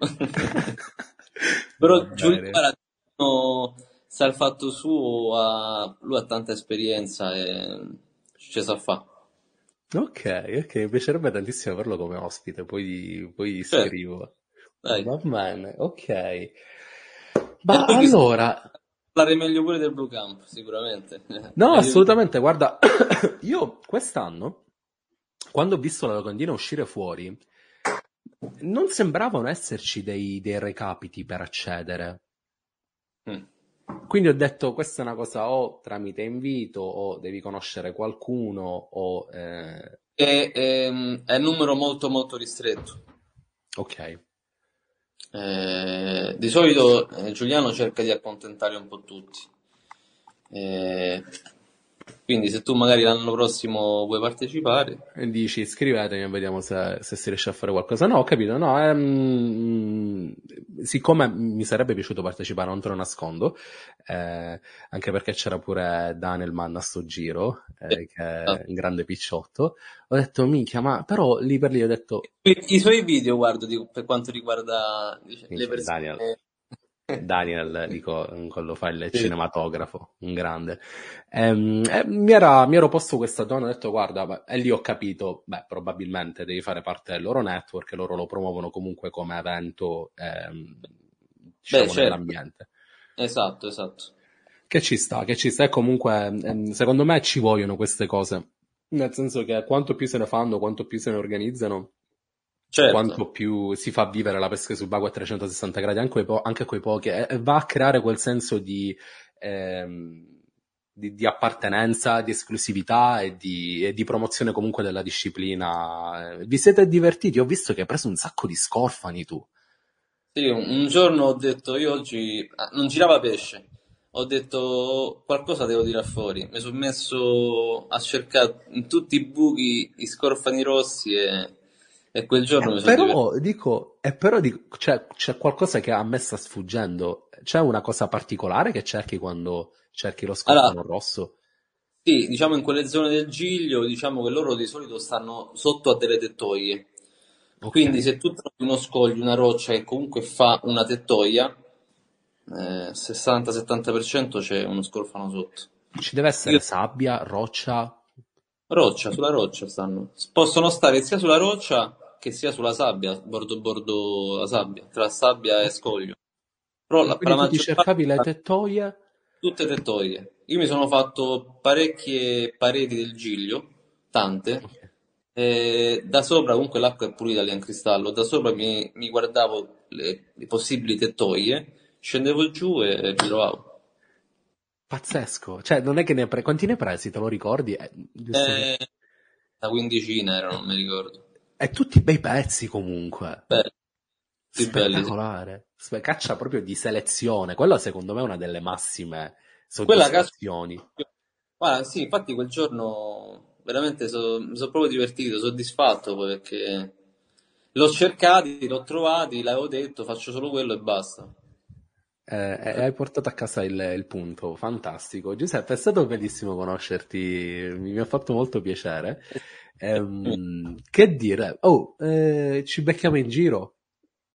S2: Va
S3: Però
S2: bene.
S3: Giuliano sa il fatto suo, ha- lui ha tanta esperienza e ce sa fa.
S2: Ok, ok, mi piacerebbe tantissimo averlo come ospite, poi, poi gli
S3: Certo,
S2: scrivo.
S3: dai.
S2: Va bene, ok.
S3: E
S2: Ma
S3: poi chissà,
S2: allora,
S3: parlare meglio pure del Blue Camp, sicuramente.
S2: no,
S3: Meglio di...
S2: assolutamente, guarda, io quest'anno, quando ho visto la locandina uscire fuori, non sembravano esserci dei, dei recapiti per accedere.
S3: Mm.
S2: Quindi ho detto, questa è una cosa o tramite invito, o devi conoscere qualcuno, o... eh,
S3: È, è, è un numero molto molto ristretto.
S2: ok,
S3: Eh, di solito eh, Giuliano cerca di accontentare un po' tutti. Eh, Quindi se tu magari l'anno prossimo vuoi partecipare,
S2: E dici scrivetemi e vediamo se, se si riesce a fare qualcosa. No, ho capito, no, ehm, siccome mi sarebbe piaciuto partecipare, non te lo nascondo, eh, anche perché c'era pure Daniel Mann a sto giro, eh, che è un grande picciotto, ho detto, minchia, ma però lì per lì ho detto,
S3: i, i suoi video guardo di- per quanto riguarda dice, le
S2: minchia, Daniel,
S3: persone.
S2: Daniel, dico, quello fa il
S3: Sì.
S2: cinematografo, un grande. Ehm, e mi, era- mi ero posto questa domanda, ho detto, guarda, beh, e lì ho capito, beh, probabilmente devi fare parte del loro network, e loro lo promuovono comunque come evento, ehm,
S3: Beh,
S2: diciamo,
S3: certo,
S2: nell'ambiente.
S3: esatto, esatto.
S2: Che ci sta, che ci sta, e comunque, ehm, secondo me ci vogliono queste cose. Nel senso che quanto più se ne fanno, quanto più se ne organizzano,
S3: Certo.
S2: quanto più si fa vivere la pesca subacquea a trecentosessanta gradi, anche quei, po- anche quei pochi, e, e va a creare quel senso di, ehm, di, di appartenenza, di esclusività e di, e di promozione comunque della disciplina. Eh, Vi siete divertiti? Ho visto che hai preso un sacco di scorfani tu.
S3: Sì, un, un giorno ho detto, io oggi ah, non girava pesce, ho detto qualcosa devo tirare fuori, mi sono messo a cercare in tutti i buchi i scorfani rossi e, e quel giorno
S2: Eh,
S3: mi sono divertito.
S2: però dico, eh, però dico, c'è, c'è qualcosa che a me sta sfuggendo. C'è una cosa particolare che cerchi quando cerchi lo
S3: Allora,
S2: scorfano rosso?
S3: sì, diciamo in quelle zone del Giglio, diciamo che loro di solito stanno sotto a delle tettoie.
S2: Ok.
S3: Quindi se tu trovi uno scoglio, una roccia che comunque fa una tettoia, eh, sessanta-settanta per cento c'è uno scorfano sotto.
S2: Ci deve
S3: Io
S2: essere sabbia, roccia.
S3: Roccia, sulla roccia stanno. Possono stare sia sulla roccia che sia sulla sabbia, bordo bordo la sabbia, tra sabbia e
S2: Ok.
S3: scoglio. Però
S2: E
S3: la, per la
S2: quindi tu ti
S3: maggior parte
S2: cercavi le tettoie.
S3: tutte tettoie. Io mi sono fatto parecchie pareti del Giglio, tante,
S2: Ok.
S3: e da sopra comunque l'acqua è pulita lì in cristallo, da sopra mi, mi guardavo le, le possibili tettoie, scendevo giù e mi trovavo.
S2: Pazzesco. Cioè, non è che ne hai pre... Quanti ne hai presi, te lo ricordi? Eh, giusto per...
S3: Eh, una quindicina erano, non mi ricordo.
S2: E tutti bei pezzi comunque.
S3: Belli, tutti belli, sì.
S2: Spettacolare. Spe- Caccia proprio di selezione. Quella secondo me è una delle massime
S3: Quella cazzo.
S2: soddisfazioni.
S3: Guarda, sì, infatti quel giorno veramente so- mi sono proprio divertito, soddisfatto poi perché l'ho cercati, l'ho trovati, l'avevo detto, faccio solo quello e basta.
S2: Eh, e hai portato a casa il, il punto, fantastico. Giuseppe, è stato bellissimo conoscerti, mi, mi ha fatto molto piacere. Ehm, che dire? Oh, eh, ci becchiamo in giro.